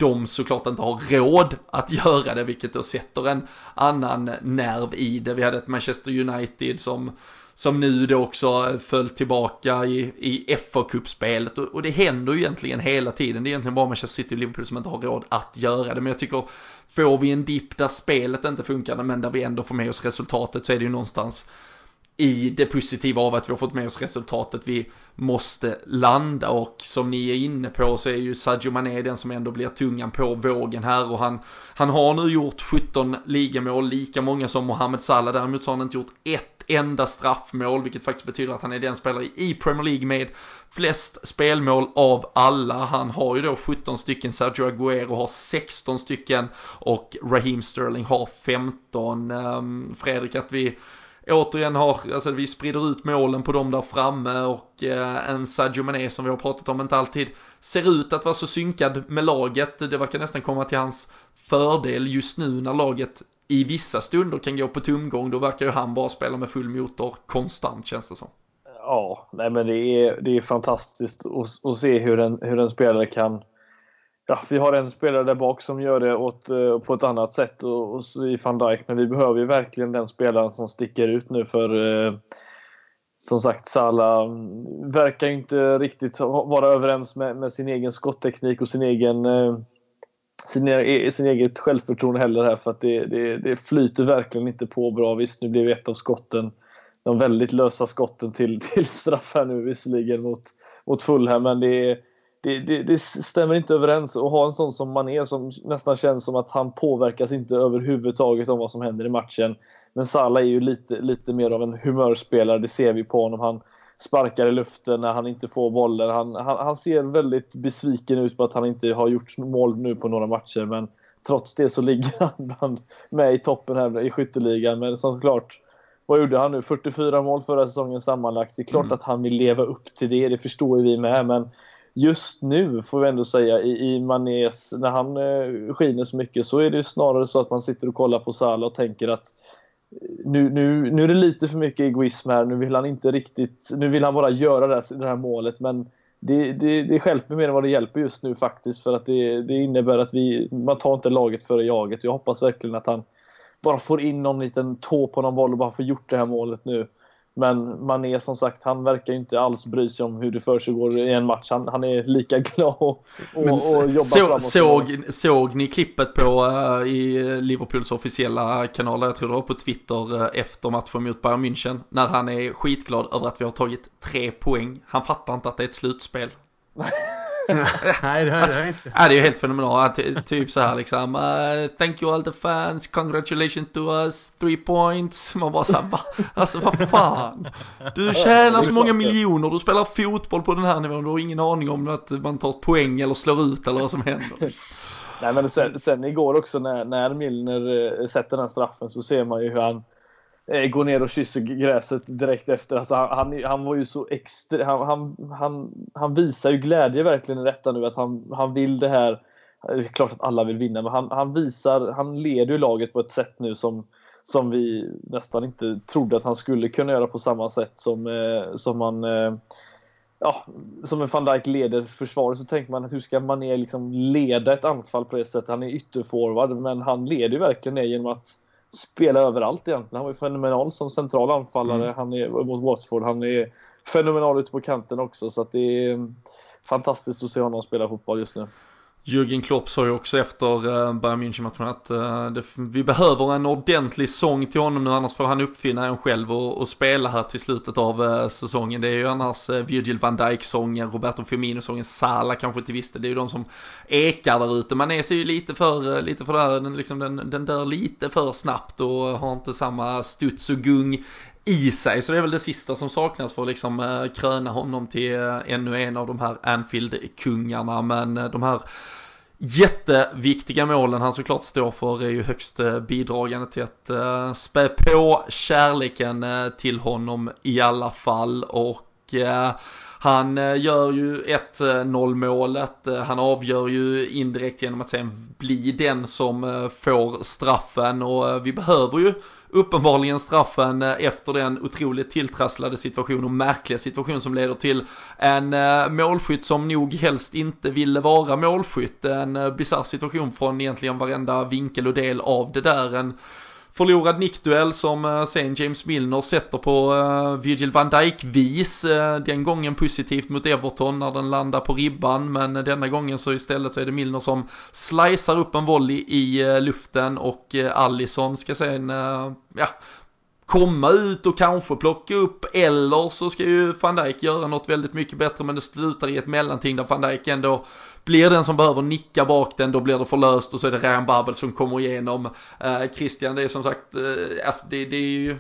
de såklart inte har råd att göra det, vilket då sätter en annan nerv i det. Vi hade ett Manchester United som nu då också föll tillbaka i FA-cupspelet, och det händer ju egentligen hela tiden. Det är egentligen bara Manchester City och Liverpool som inte har råd att göra det, men jag tycker får vi en dipp där spelet inte funkar men där vi ändå får med oss resultatet, så är det ju någonstans i det positiva av att vi har fått med oss resultatet vi måste landa. Och som ni är inne på så är ju Sadio Mané den som ändå blir tungan på vågen här, och han har nu gjort 17 ligamål, lika många som Mohamed Salah. Däremot så har han inte gjort ett enda straffmål, vilket faktiskt betyder att han är den spelare i Premier League med flest spelmål av alla. Han har ju då 17 stycken, Sergio Aguero har 16 stycken och Raheem Sterling har 15. Fredrik, att vi återigen vi sprider ut målen på dem där framme, och en Sadio Mané som vi har pratat om inte alltid ser ut att vara så synkad med laget. Det verkar nästan komma till hans fördel just nu när laget i vissa stunder kan gå på tomgång. Då verkar ju han bara spela med full motor konstant, känns det som. Ja, nej, men det är fantastiskt att se hur en spelare kan. Ja, vi har en spelare där bak som gör det på ett annat sätt och i Van Dijk, men vi behöver ju verkligen den spelaren som sticker ut nu, för som sagt, Salah verkar inte riktigt vara överens med sin egen skottteknik och sin eget självförtroende heller här, för att det flyter verkligen inte på bra. Visst, nu blev ett av skotten, de väldigt lösa skotten till straff här nu visserligen mot Fulham, men det stämmer inte överens. Och ha en sån som Mané som nästan känns som att han påverkas inte överhuvudtaget om vad som händer i matchen. Men Salah är ju lite mer av en humörspelare, det ser vi på honom. Han sparkar i luften när han inte får bollen. Han ser väldigt besviken ut på att han inte har gjort mål nu på några matcher, men trots det så ligger han med i toppen här i skytteligan. Men såklart, vad gjorde han nu? 44 mål förra säsongen sammanlagt. Det är klart att han vill leva upp till det förstår vi med, men just nu får vi ändå säga i Manés, när han skiner så mycket, så är det snarare så att man sitter och kollar på Salah och tänker att nu är det lite för mycket egoism här. Nu vill han bara göra det här målet, men det hjälper mer än vad det hjälper just nu faktiskt, för att det innebär att man tar inte laget före jaget. Jag hoppas verkligen att han bara får in någon liten tå på någon boll och bara får gjort det här målet nu. Men Mané, som sagt, han verkar ju inte alls bry sig om hur det försiggår i en match. Han är lika glad och jobbar framåt. Såg ni klippet på i Liverpools officiella kanaler, jag tror det var på Twitter, efter matchen mot Bayern München, när han är skitglad över att vi har tagit 3 poäng. Han fattar inte att det är ett slutspel. Nej, det är inte. Det är ju helt fenomenalt. Typ så här liksom, thank you all the fans, congratulations to us, 3 points. Man bara såhär, vad fan, du tjänar så många miljoner, du spelar fotboll på den här nivån, du har ingen aning om att man tar ett poäng eller slår ut eller vad som händer. Nej, men sen igår också när Milner sätter den straffen, så ser man ju hur han går ner och kysser gräset direkt efter. Alltså han var ju så extra. Han visar ju glädje verkligen i detta nu, att han vill det här. Det är klart att alla vill vinna, men han leder ju laget på ett sätt nu som vi nästan inte trodde att han skulle kunna göra, på samma sätt som en Van Dijk leder försvaret. Så tänker man att hur ska Mané liksom leda ett anfall på det sättet? Han är ytterforward, men han leder ju verkligen det genom att spela överallt egentligen. Han var ju fenomenal som central anfallare. Han är mot Watford. Han är fenomenal ute på kanten också. Så att det är fantastiskt att se honom spela fotboll just nu. Jürgen Klopp sa ju också efter Bayern München-matchen att vi behöver en ordentlig sång till honom nu, annars får han uppfinna en själv och spela här till slutet av säsongen. Det är ju annars Virgil van Dijk-sången, Roberto Firmino-sången, Salah kanske till viss del. Det är ju de som ekar där ute. Man är sig ju lite för där, liksom den dör lite för snabbt och har inte samma studs och gung i sig, så det är väl det sista som saknas för att liksom kröna honom till ännu en av de här Anfield-kungarna. Men de här jätteviktiga målen han såklart står för är ju högst bidragande till att spä på kärleken till honom i alla fall. Och han gör ju 1-0 målet. Han avgör ju indirekt genom att sen bli den som får straffen, och vi behöver ju uppenbarligen straffen efter den otroligt tilltrasslade situation och märkliga situation som leder till en målskytt som nog helst inte ville vara målskytt. En bizarr situation från egentligen varenda vinkel och del av det där. En förlorad nickduell som sen James Milner sätter på Virgil van Dijk-vis. Den gången positivt mot Everton när den landar på ribban, men denna gången så istället så är det Milner som slicear upp en volley i luften och Alisson ska sen komma ut och kanske plocka upp, eller så ska ju Van Dijk göra något väldigt mycket bättre, men det slutar i ett mellanting där Van Dijk ändå blir den som behöver nicka bak den, då blir det förlöst och så är det Ryan Babel som kommer igenom. Christian, det är som sagt det är ju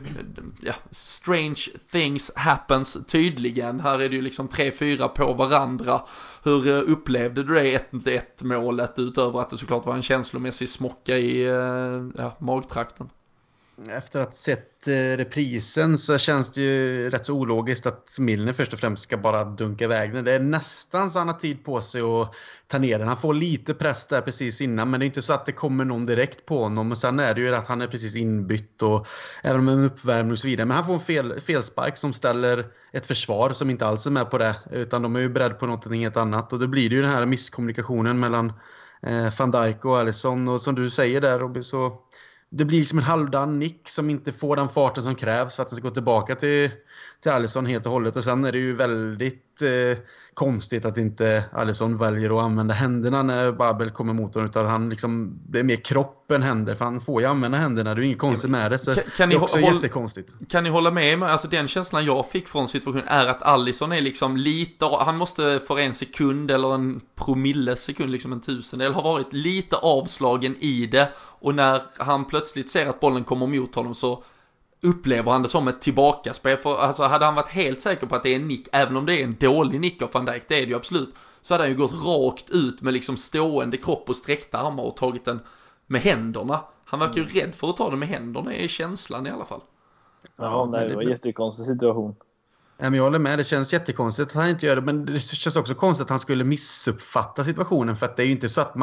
strange things happens tydligen. Här är det ju liksom 3-4 på varandra. Hur upplevde du det 1-1 målet, utöver att det såklart var en känslomässig smocka i magtrakten? Efter att ha sett reprisen så känns det ju rätt så ologiskt att Milner först och främst ska bara dunka iväg den. Det är nästan så han har tid på sig att ta ner den. Han får lite press där precis innan, men det är inte så att det kommer någon direkt på honom. Och sen är det ju att han är precis inbytt och även om en uppvärmning och så vidare. Men han får en felspark som ställer ett försvar som inte alls är med på det, utan de är ju beredda på något helt annat. Och då blir det ju den här misskommunikationen mellan Van Dijk och Alisson. Och som du säger där, Robin, så det blir liksom en halvdan nick som inte får den farten som krävs för att den ska gå tillbaka till Alisson helt och hållet. Och sen är det ju väldigt konstigt att inte Alisson väljer att använda händerna när Babel kommer mot honom, utan han liksom, det är mer kropp än händer, för han får ju använda händerna, det är ju inget konstigt med det, så det är också jättekonstigt. Kan ni hålla med mig? Alltså den känslan jag fick från situationen är att Alisson är liksom lite, han måste för en sekund eller en promillesekund, liksom en tusendel, har varit lite avslagen i det, och när han plötsligt ser att bollen kommer mot honom så upplever han det som ett tillbakaspel. För alltså, hade han varit helt säker på att det är en nick, även om det är en dålig nick av Van Dijk, det är det ju absolut, så hade han ju gått rakt ut med liksom stående kropp och sträckta armar och tagit den med händerna. Han verkar ju rädd för att ta den med händerna, är känslan i alla fall. Ja, nej, det var en jättekonstig situation. Men jag håller med, det känns jättekonstigt att han inte gör det, men det känns också konstigt att han skulle missuppfatta situationen, för att det är ju inte så att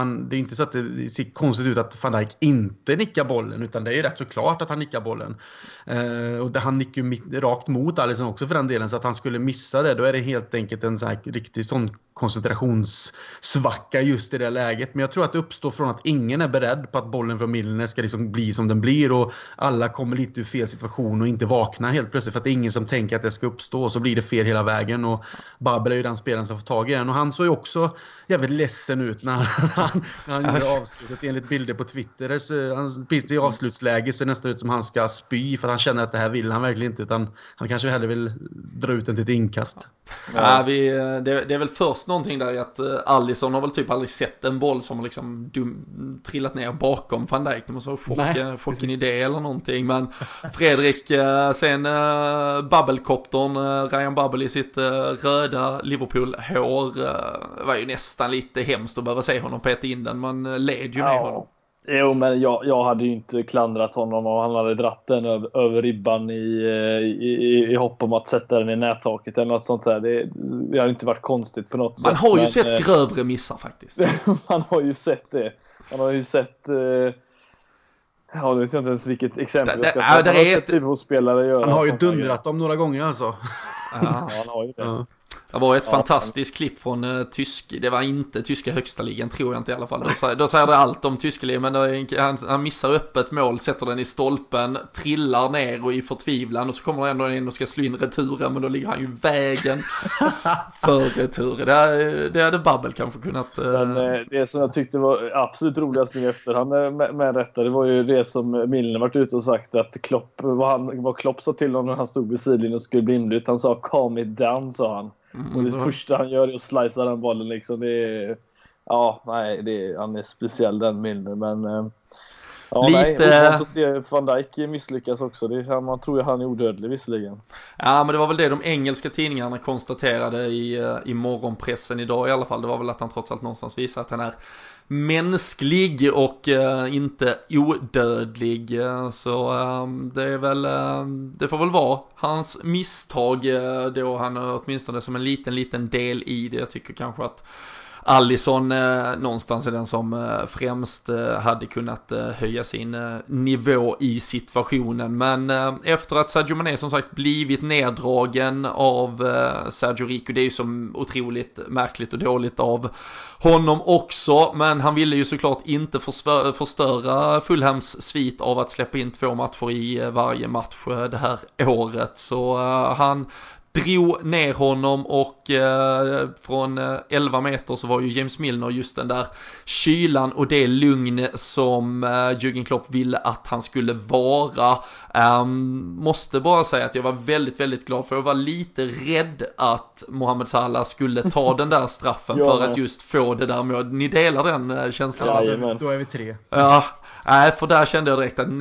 det ser konstigt ut att Van Dijk inte nickar bollen, utan det är ju rätt så klart att han nickar bollen. Och han nickar ju rakt mot Alisson också för den delen, så att han skulle missa det, då är det helt enkelt en så här riktig sån koncentrationssvacka just i det läget. Men jag tror att det uppstår från att ingen är beredd på att bollen från Milner ska liksom bli som den blir, och alla kommer lite ur fel situation och inte vaknar helt plötsligt, för att det är ingen som tänker att det ska uppstå, och så blir det fel hela vägen, och Babel är ju den spelaren som får tag i den, och han såg ju också jävligt ledsen ut när han gjorde avslutet. Enligt bilder på Twitter så han finns i avslutsläge, så nästan ut som han ska spy, för att han känner att det här vill han verkligen inte, utan han kanske hellre vill dra ut den till ett inkast. Ja, det är väl först någonting där i att Alisson har väl typ aldrig sett en boll som har liksom trillat ner bakom Van Dijk. Det måste vara chocken idé eller någonting. Men Fredrik, sen Babbelkoptern, Ryan Babel i sitt röda Liverpool-hår, var ju nästan lite hemskt att behöva se honom peta in den. Man led ju med honom. Jo, men jag hade ju inte klandrat honom om han hade dratt den över ribban i hopp om att sätta den i nättaket eller något sånt där. Det har inte varit konstigt på något sätt. Man har ju sett grövre missar faktiskt. Man har ju sett det. Man har ju sett... jag vet inte ens vilket exempel jag ska ta. Han har ju dundrat dem några gånger alltså. Ja, han har ju det. Ja. Det var ett fantastiskt klipp från det var inte tyska högsta ligan, tror jag inte i alla fall. Då säger det allt om tyska ligan, men han missar öppet mål, sätter den i stolpen, trillar ner och i förtvivlan, och så kommer han ändå in och ska slå in returen, men då ligger han ju vägen för returen. Det hade Babbel kanske kunnat... Men, det som jag tyckte var absolut roligast nu efter han med rätta, det var ju det som Milner varit ute och sagt, att Klopp, vad Klopp sa till honom när han stod vid sidlinjen och skulle bli inbytt. Han sa calm it down, sa han. Och det första han gör är att slicea den bollen liksom. Det är, han är speciell, den Milner, men ovant att se Van Dijk misslyckas också. Man tror ju han är odödlig visserligen. Ja, men det var väl det de engelska tidningarna konstaterade i morgonpressen idag i alla fall. Det var väl att han trots allt någonstans visar att han är mänsklig och inte odödlig. Så det är väl det får väl vara hans misstag då han åtminstone som en liten del i det. Jag tycker kanske att Alisson någonstans är den som främst hade kunnat höja sin nivå i situationen. Men efter att Sadio Mané som sagt blivit neddragen av Sergio Rico, det är ju som otroligt märkligt och dåligt av honom också, men han ville ju såklart inte förstöra Fulhams svit av att släppa in 2 matcher i varje match det här året, så han drog ner honom och från 11 meter så var ju James Milner just den där kylan och det lugn som Jürgen Klopp ville att han skulle vara. Måste bara säga att jag var väldigt, väldigt glad, för jag var lite rädd att Mohamed Salah skulle ta den där straffen för att just få det där med. Ni delar den känslan? Ja, då är vi 3. Ja. Nej, för där kände jag direkt att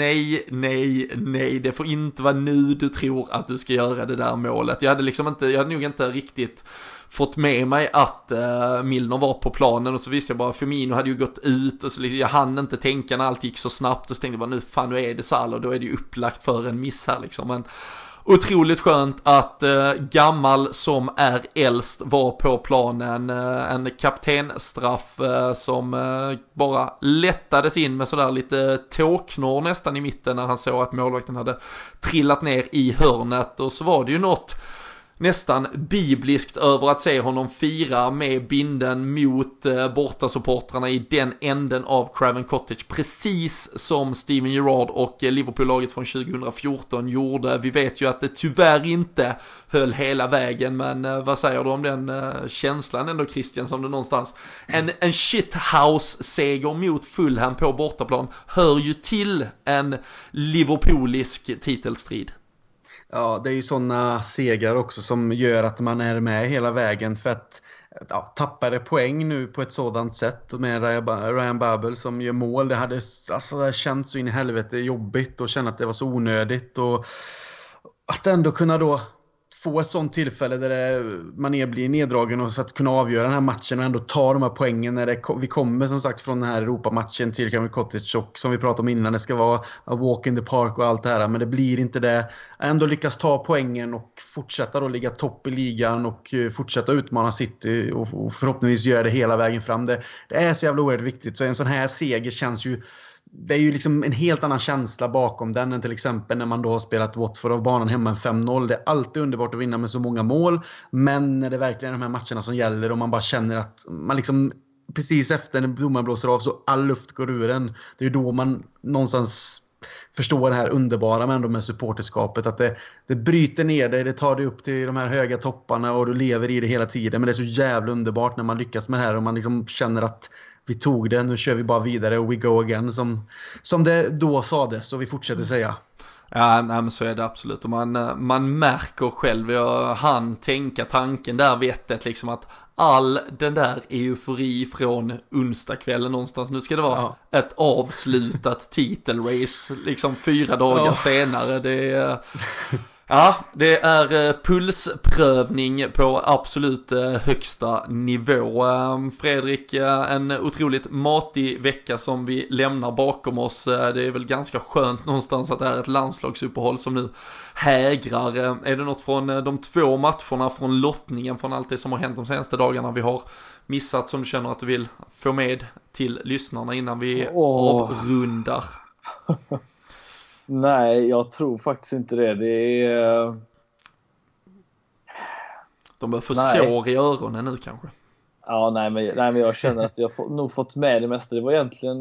nej, det får inte vara nu du tror att du ska göra det där målet. Jag hade nog inte riktigt fått med mig att Milner var på planen, och så visste jag bara Firmino hade ju gått ut och så jag hann inte tänka när allt gick så snabbt, och så tänkte jag bara nu är det Salah och då är det ju upplagt för en miss här liksom. Men otroligt skönt att gammal som är äldst var på planen. En kaptenstraff som bara lättades in med sådär lite tåknår nästan i mitten när han såg att målvakten hade trillat ner i hörnet. Och så var det ju något nästan bibliskt över att se honom fira med binden mot bortasupportrarna i den änden av Craven Cottage, precis som Steven Gerrard och Liverpool-laget från 2014 gjorde. Vi vet ju att det tyvärr inte höll hela vägen, men vad säger du om den känslan ändå, Christian, som det någonstans en shithouse-seger mot Fulham på bortaplan hör ju till en Liverpoolisk titelstrid. Ja, det är ju sådana segrar också som gör att man är med hela vägen, för att tappade poäng nu på ett sådant sätt med Ryan Babel som gör mål. Det hade känts så in i helvete jobbigt och känna att det var så onödigt, och att ändå kunna då få ett sånt tillfälle där Mané blir neddragen och så att kunna avgöra den här matchen och ändå ta de här poängen när vi kommer som sagt från den här Europamatchen till Craven Cottage, och som vi pratade om innan, det ska vara a walk in the park och allt det här, men det blir inte det. Ändå lyckas ta poängen och fortsätta då ligga topp i ligan och fortsätta utmana City och förhoppningsvis göra det hela vägen fram. Det är så jävla oerhört viktigt, så en sån här seger känns ju, det är ju liksom en helt annan känsla bakom den än till exempel när man då har spelat Watford av banan hemma en 5-0. Det är alltid underbart att vinna med så många mål, men när det verkligen är de här matcherna som gäller och man bara känner att man liksom precis efter när domaren blåser av så all luft går ur en, det är ju då man någonstans förstår det här underbara med ändå med supporterskapet, att det bryter ner dig, det tar dig upp till de här höga topparna och du lever i det hela tiden, men det är så jävla underbart när man lyckas med det här och man liksom känner att vi tog det, nu kör vi bara vidare och we go again, som det då sades och vi fortsätter säga. Ja, nej, men så är det absolut, och man märker själv, jag hann tänka tanken där vettet liksom, att all den där eufori från onsdagskvällen någonstans, nu ska det vara ett avslutat titelrace liksom 4 dagar senare, det är ja, det är pulsprövning på absolut högsta nivå. Fredrik, en otroligt matig vecka som vi lämnar bakom oss. Det är väl ganska skönt någonstans att det är ett landslagsuppehåll som nu hägrar. Är det något från de 2 matcherna, från lottningen, från allt det som har hänt de senaste dagarna vi har missat som du känner att du vill få med till lyssnarna innan vi avrundar? Nej, jag tror faktiskt inte det. Det är... De bör få sår i öronen nu kanske. Ja, nej, men jag känner att jag nog fått med det mesta. Det var egentligen...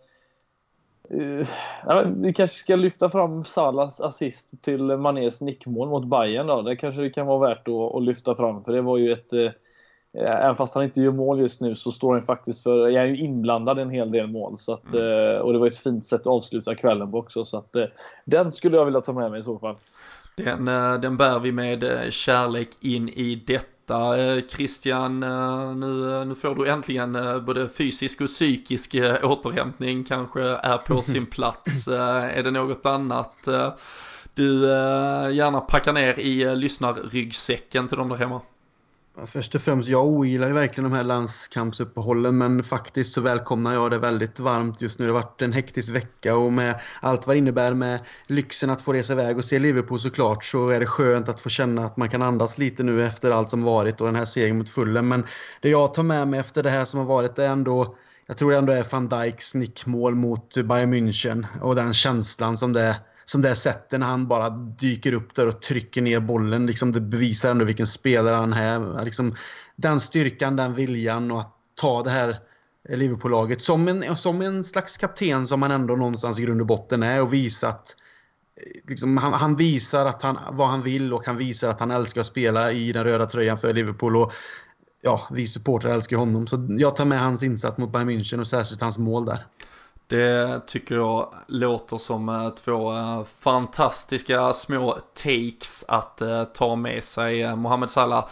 vi kanske ska lyfta fram Salahs assist till Manés nickmål mot Bayern då. Det kanske det kan vara värt att lyfta fram. För det var ju ett... även fast han inte gör mål just nu så står han faktiskt för, jag är ju inblandad i en hel del mål så att, och det var ett fint sätt att avsluta kvällen på också, så att den skulle jag vilja ta med mig i så fall. Den bär vi med kärlek in i detta. Christian, nu får du äntligen både fysisk och psykisk återhämtning kanske är på sin plats. Är det något annat du gärna packar ner i lyssnarryggsäcken till de där hemma? Först och främst, jag ogillar ju verkligen de här landskampsuppehållen, men faktiskt så välkomnar jag det väldigt varmt just nu. Det har varit en hektisk vecka och med allt vad det innebär med lyxen att få resa iväg och se Liverpool såklart, så är det skönt att få känna att man kan andas lite nu efter allt som varit och den här segern mot Fulham. Men det jag tar med mig efter det här som har varit är ändå, jag tror ändå är Van Dijks nickmål mot Bayern München och den känslan som det sätter när han bara dyker upp där och trycker ner bollen. Liksom det bevisar ändå vilken spelare han är. Liksom den styrkan, den viljan och att ta det här Liverpool-laget som en slags kapten som han ändå någonstans i grund och botten är, och visa att liksom, han visar att vad han vill, och han visar att han älskar att spela i den röda tröjan för Liverpool. Och ja, vi supportrar älskar honom. Så jag tar med hans insats mot Bayern München och särskilt hans mål där. Det tycker jag låter som två fantastiska små takes att ta med sig. Mohamed Salah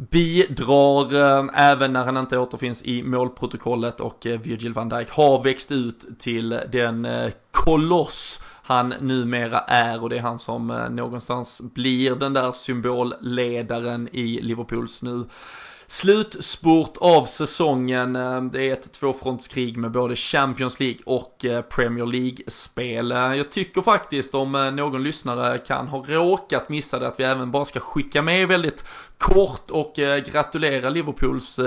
bidrar även när han inte återfinns i målprotokollet, och Virgil van Dijk har växt ut till den koloss han numera är, och det är han som någonstans blir den där symbolledaren i Liverpools nu slutspurt av säsongen. Det är ett tvåfrontskrig med både Champions League och Premier League-spel. Jag tycker faktiskt, om någon lyssnare kan ha råkat missa det, att vi även bara ska skicka med väldigt kort och gratulera Liverpools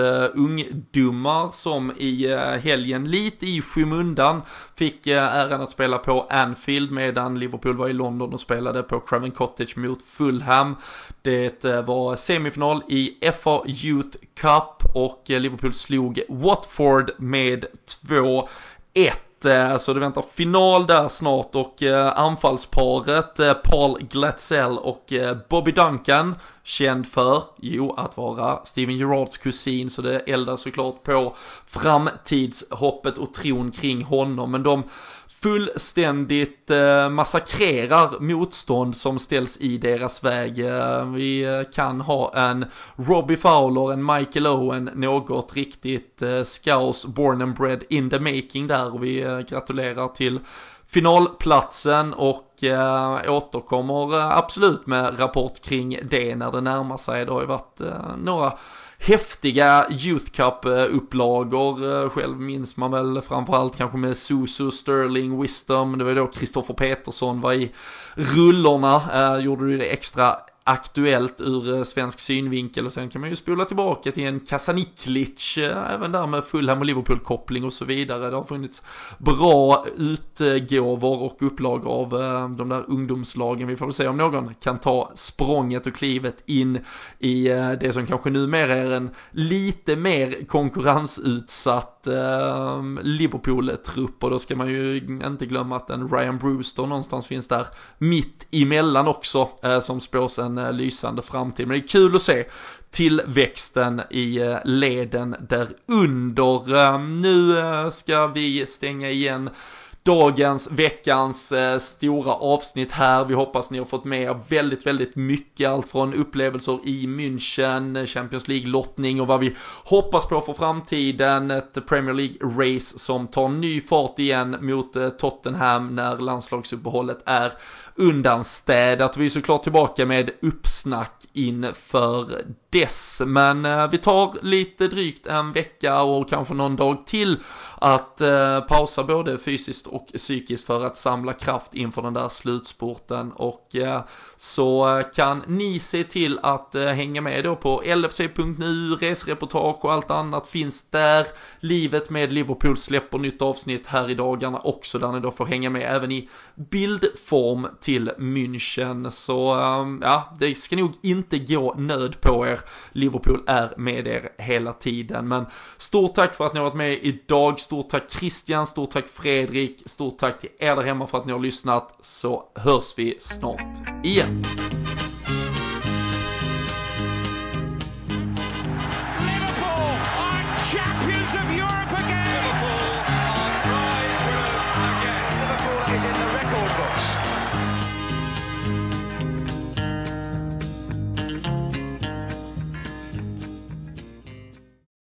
ungdomar som i helgen lite i skymundan fick äran att spela på Anfield medan Liverpool var i London och spelade på Craven Cottage mot Fulham. Det var semifinal i FA Youth Cup och Liverpool slog Watford med 2-1. Så det väntar final där snart, och anfallsparet Paul Glatzel och Bobby Duncan, känd för att vara Steven Gerrards kusin, så det eldar såklart på framtidshoppet och tron kring honom, men de fullständigt massakrerar motstånd som ställs i deras väg. Vi kan ha en Robbie Fowler, en Michael Owen, något riktigt Scouse born and bred in the making där, och vi gratulerar till finalplatsen och återkommer absolut med rapport kring det när det närmar sig. Det har ju varit några häftiga Youth Cup-upplagor. Själv minns man väl framförallt kanske med Susu, Sterling, Wisdom. Det var då Kristoffer Petersson var i rullorna. Gjorde det extra aktuellt ur svensk synvinkel, och sen kan man ju spola tillbaka till en Kasaniklic även där med Fulham och Liverpool-koppling och så vidare. Det har funnits bra utgåvor och upplag av de där ungdomslagen. Vi får väl se om någon kan ta språnget och klivet in i det som kanske numera är en lite mer konkurrensutsatt Liverpool-trupp, och då ska man ju inte glömma att en Ryan Brewster någonstans finns där mitt emellan också, som spås en lysande framtid. Men det är kul att se tillväxten i leden där under. Nu ska vi stänga igen veckans stora avsnitt här. Vi hoppas ni har fått med väldigt, väldigt mycket, allt från upplevelser i München, Champions League-lottning och vad vi hoppas på för framtiden. Ett Premier League-race som tar ny fart igen mot Tottenham när landslagsuppehållet är undanstädat. Vi är såklart tillbaka med uppsnack inför dess, men vi tar lite drygt en vecka och kanske någon dag till att pausa både fysiskt och psykiskt för att samla kraft inför den där slutspurten, och så kan ni se till att hänga med då på lfc.nu, resereportage och allt annat finns där. Livet med Liverpool släpper nytt avsnitt här i dagarna också, där ni då får hänga med även i bildform till München. Så ja, det ska nog inte gå nöd på er. Liverpool är med er hela tiden. Men stort tack för att ni har varit med idag. Stort tack Christian, stort tack Fredrik, stort tack till er där hemma för att ni har lyssnat. Så hörs vi snart igen. Liverpool are champions of Europe again.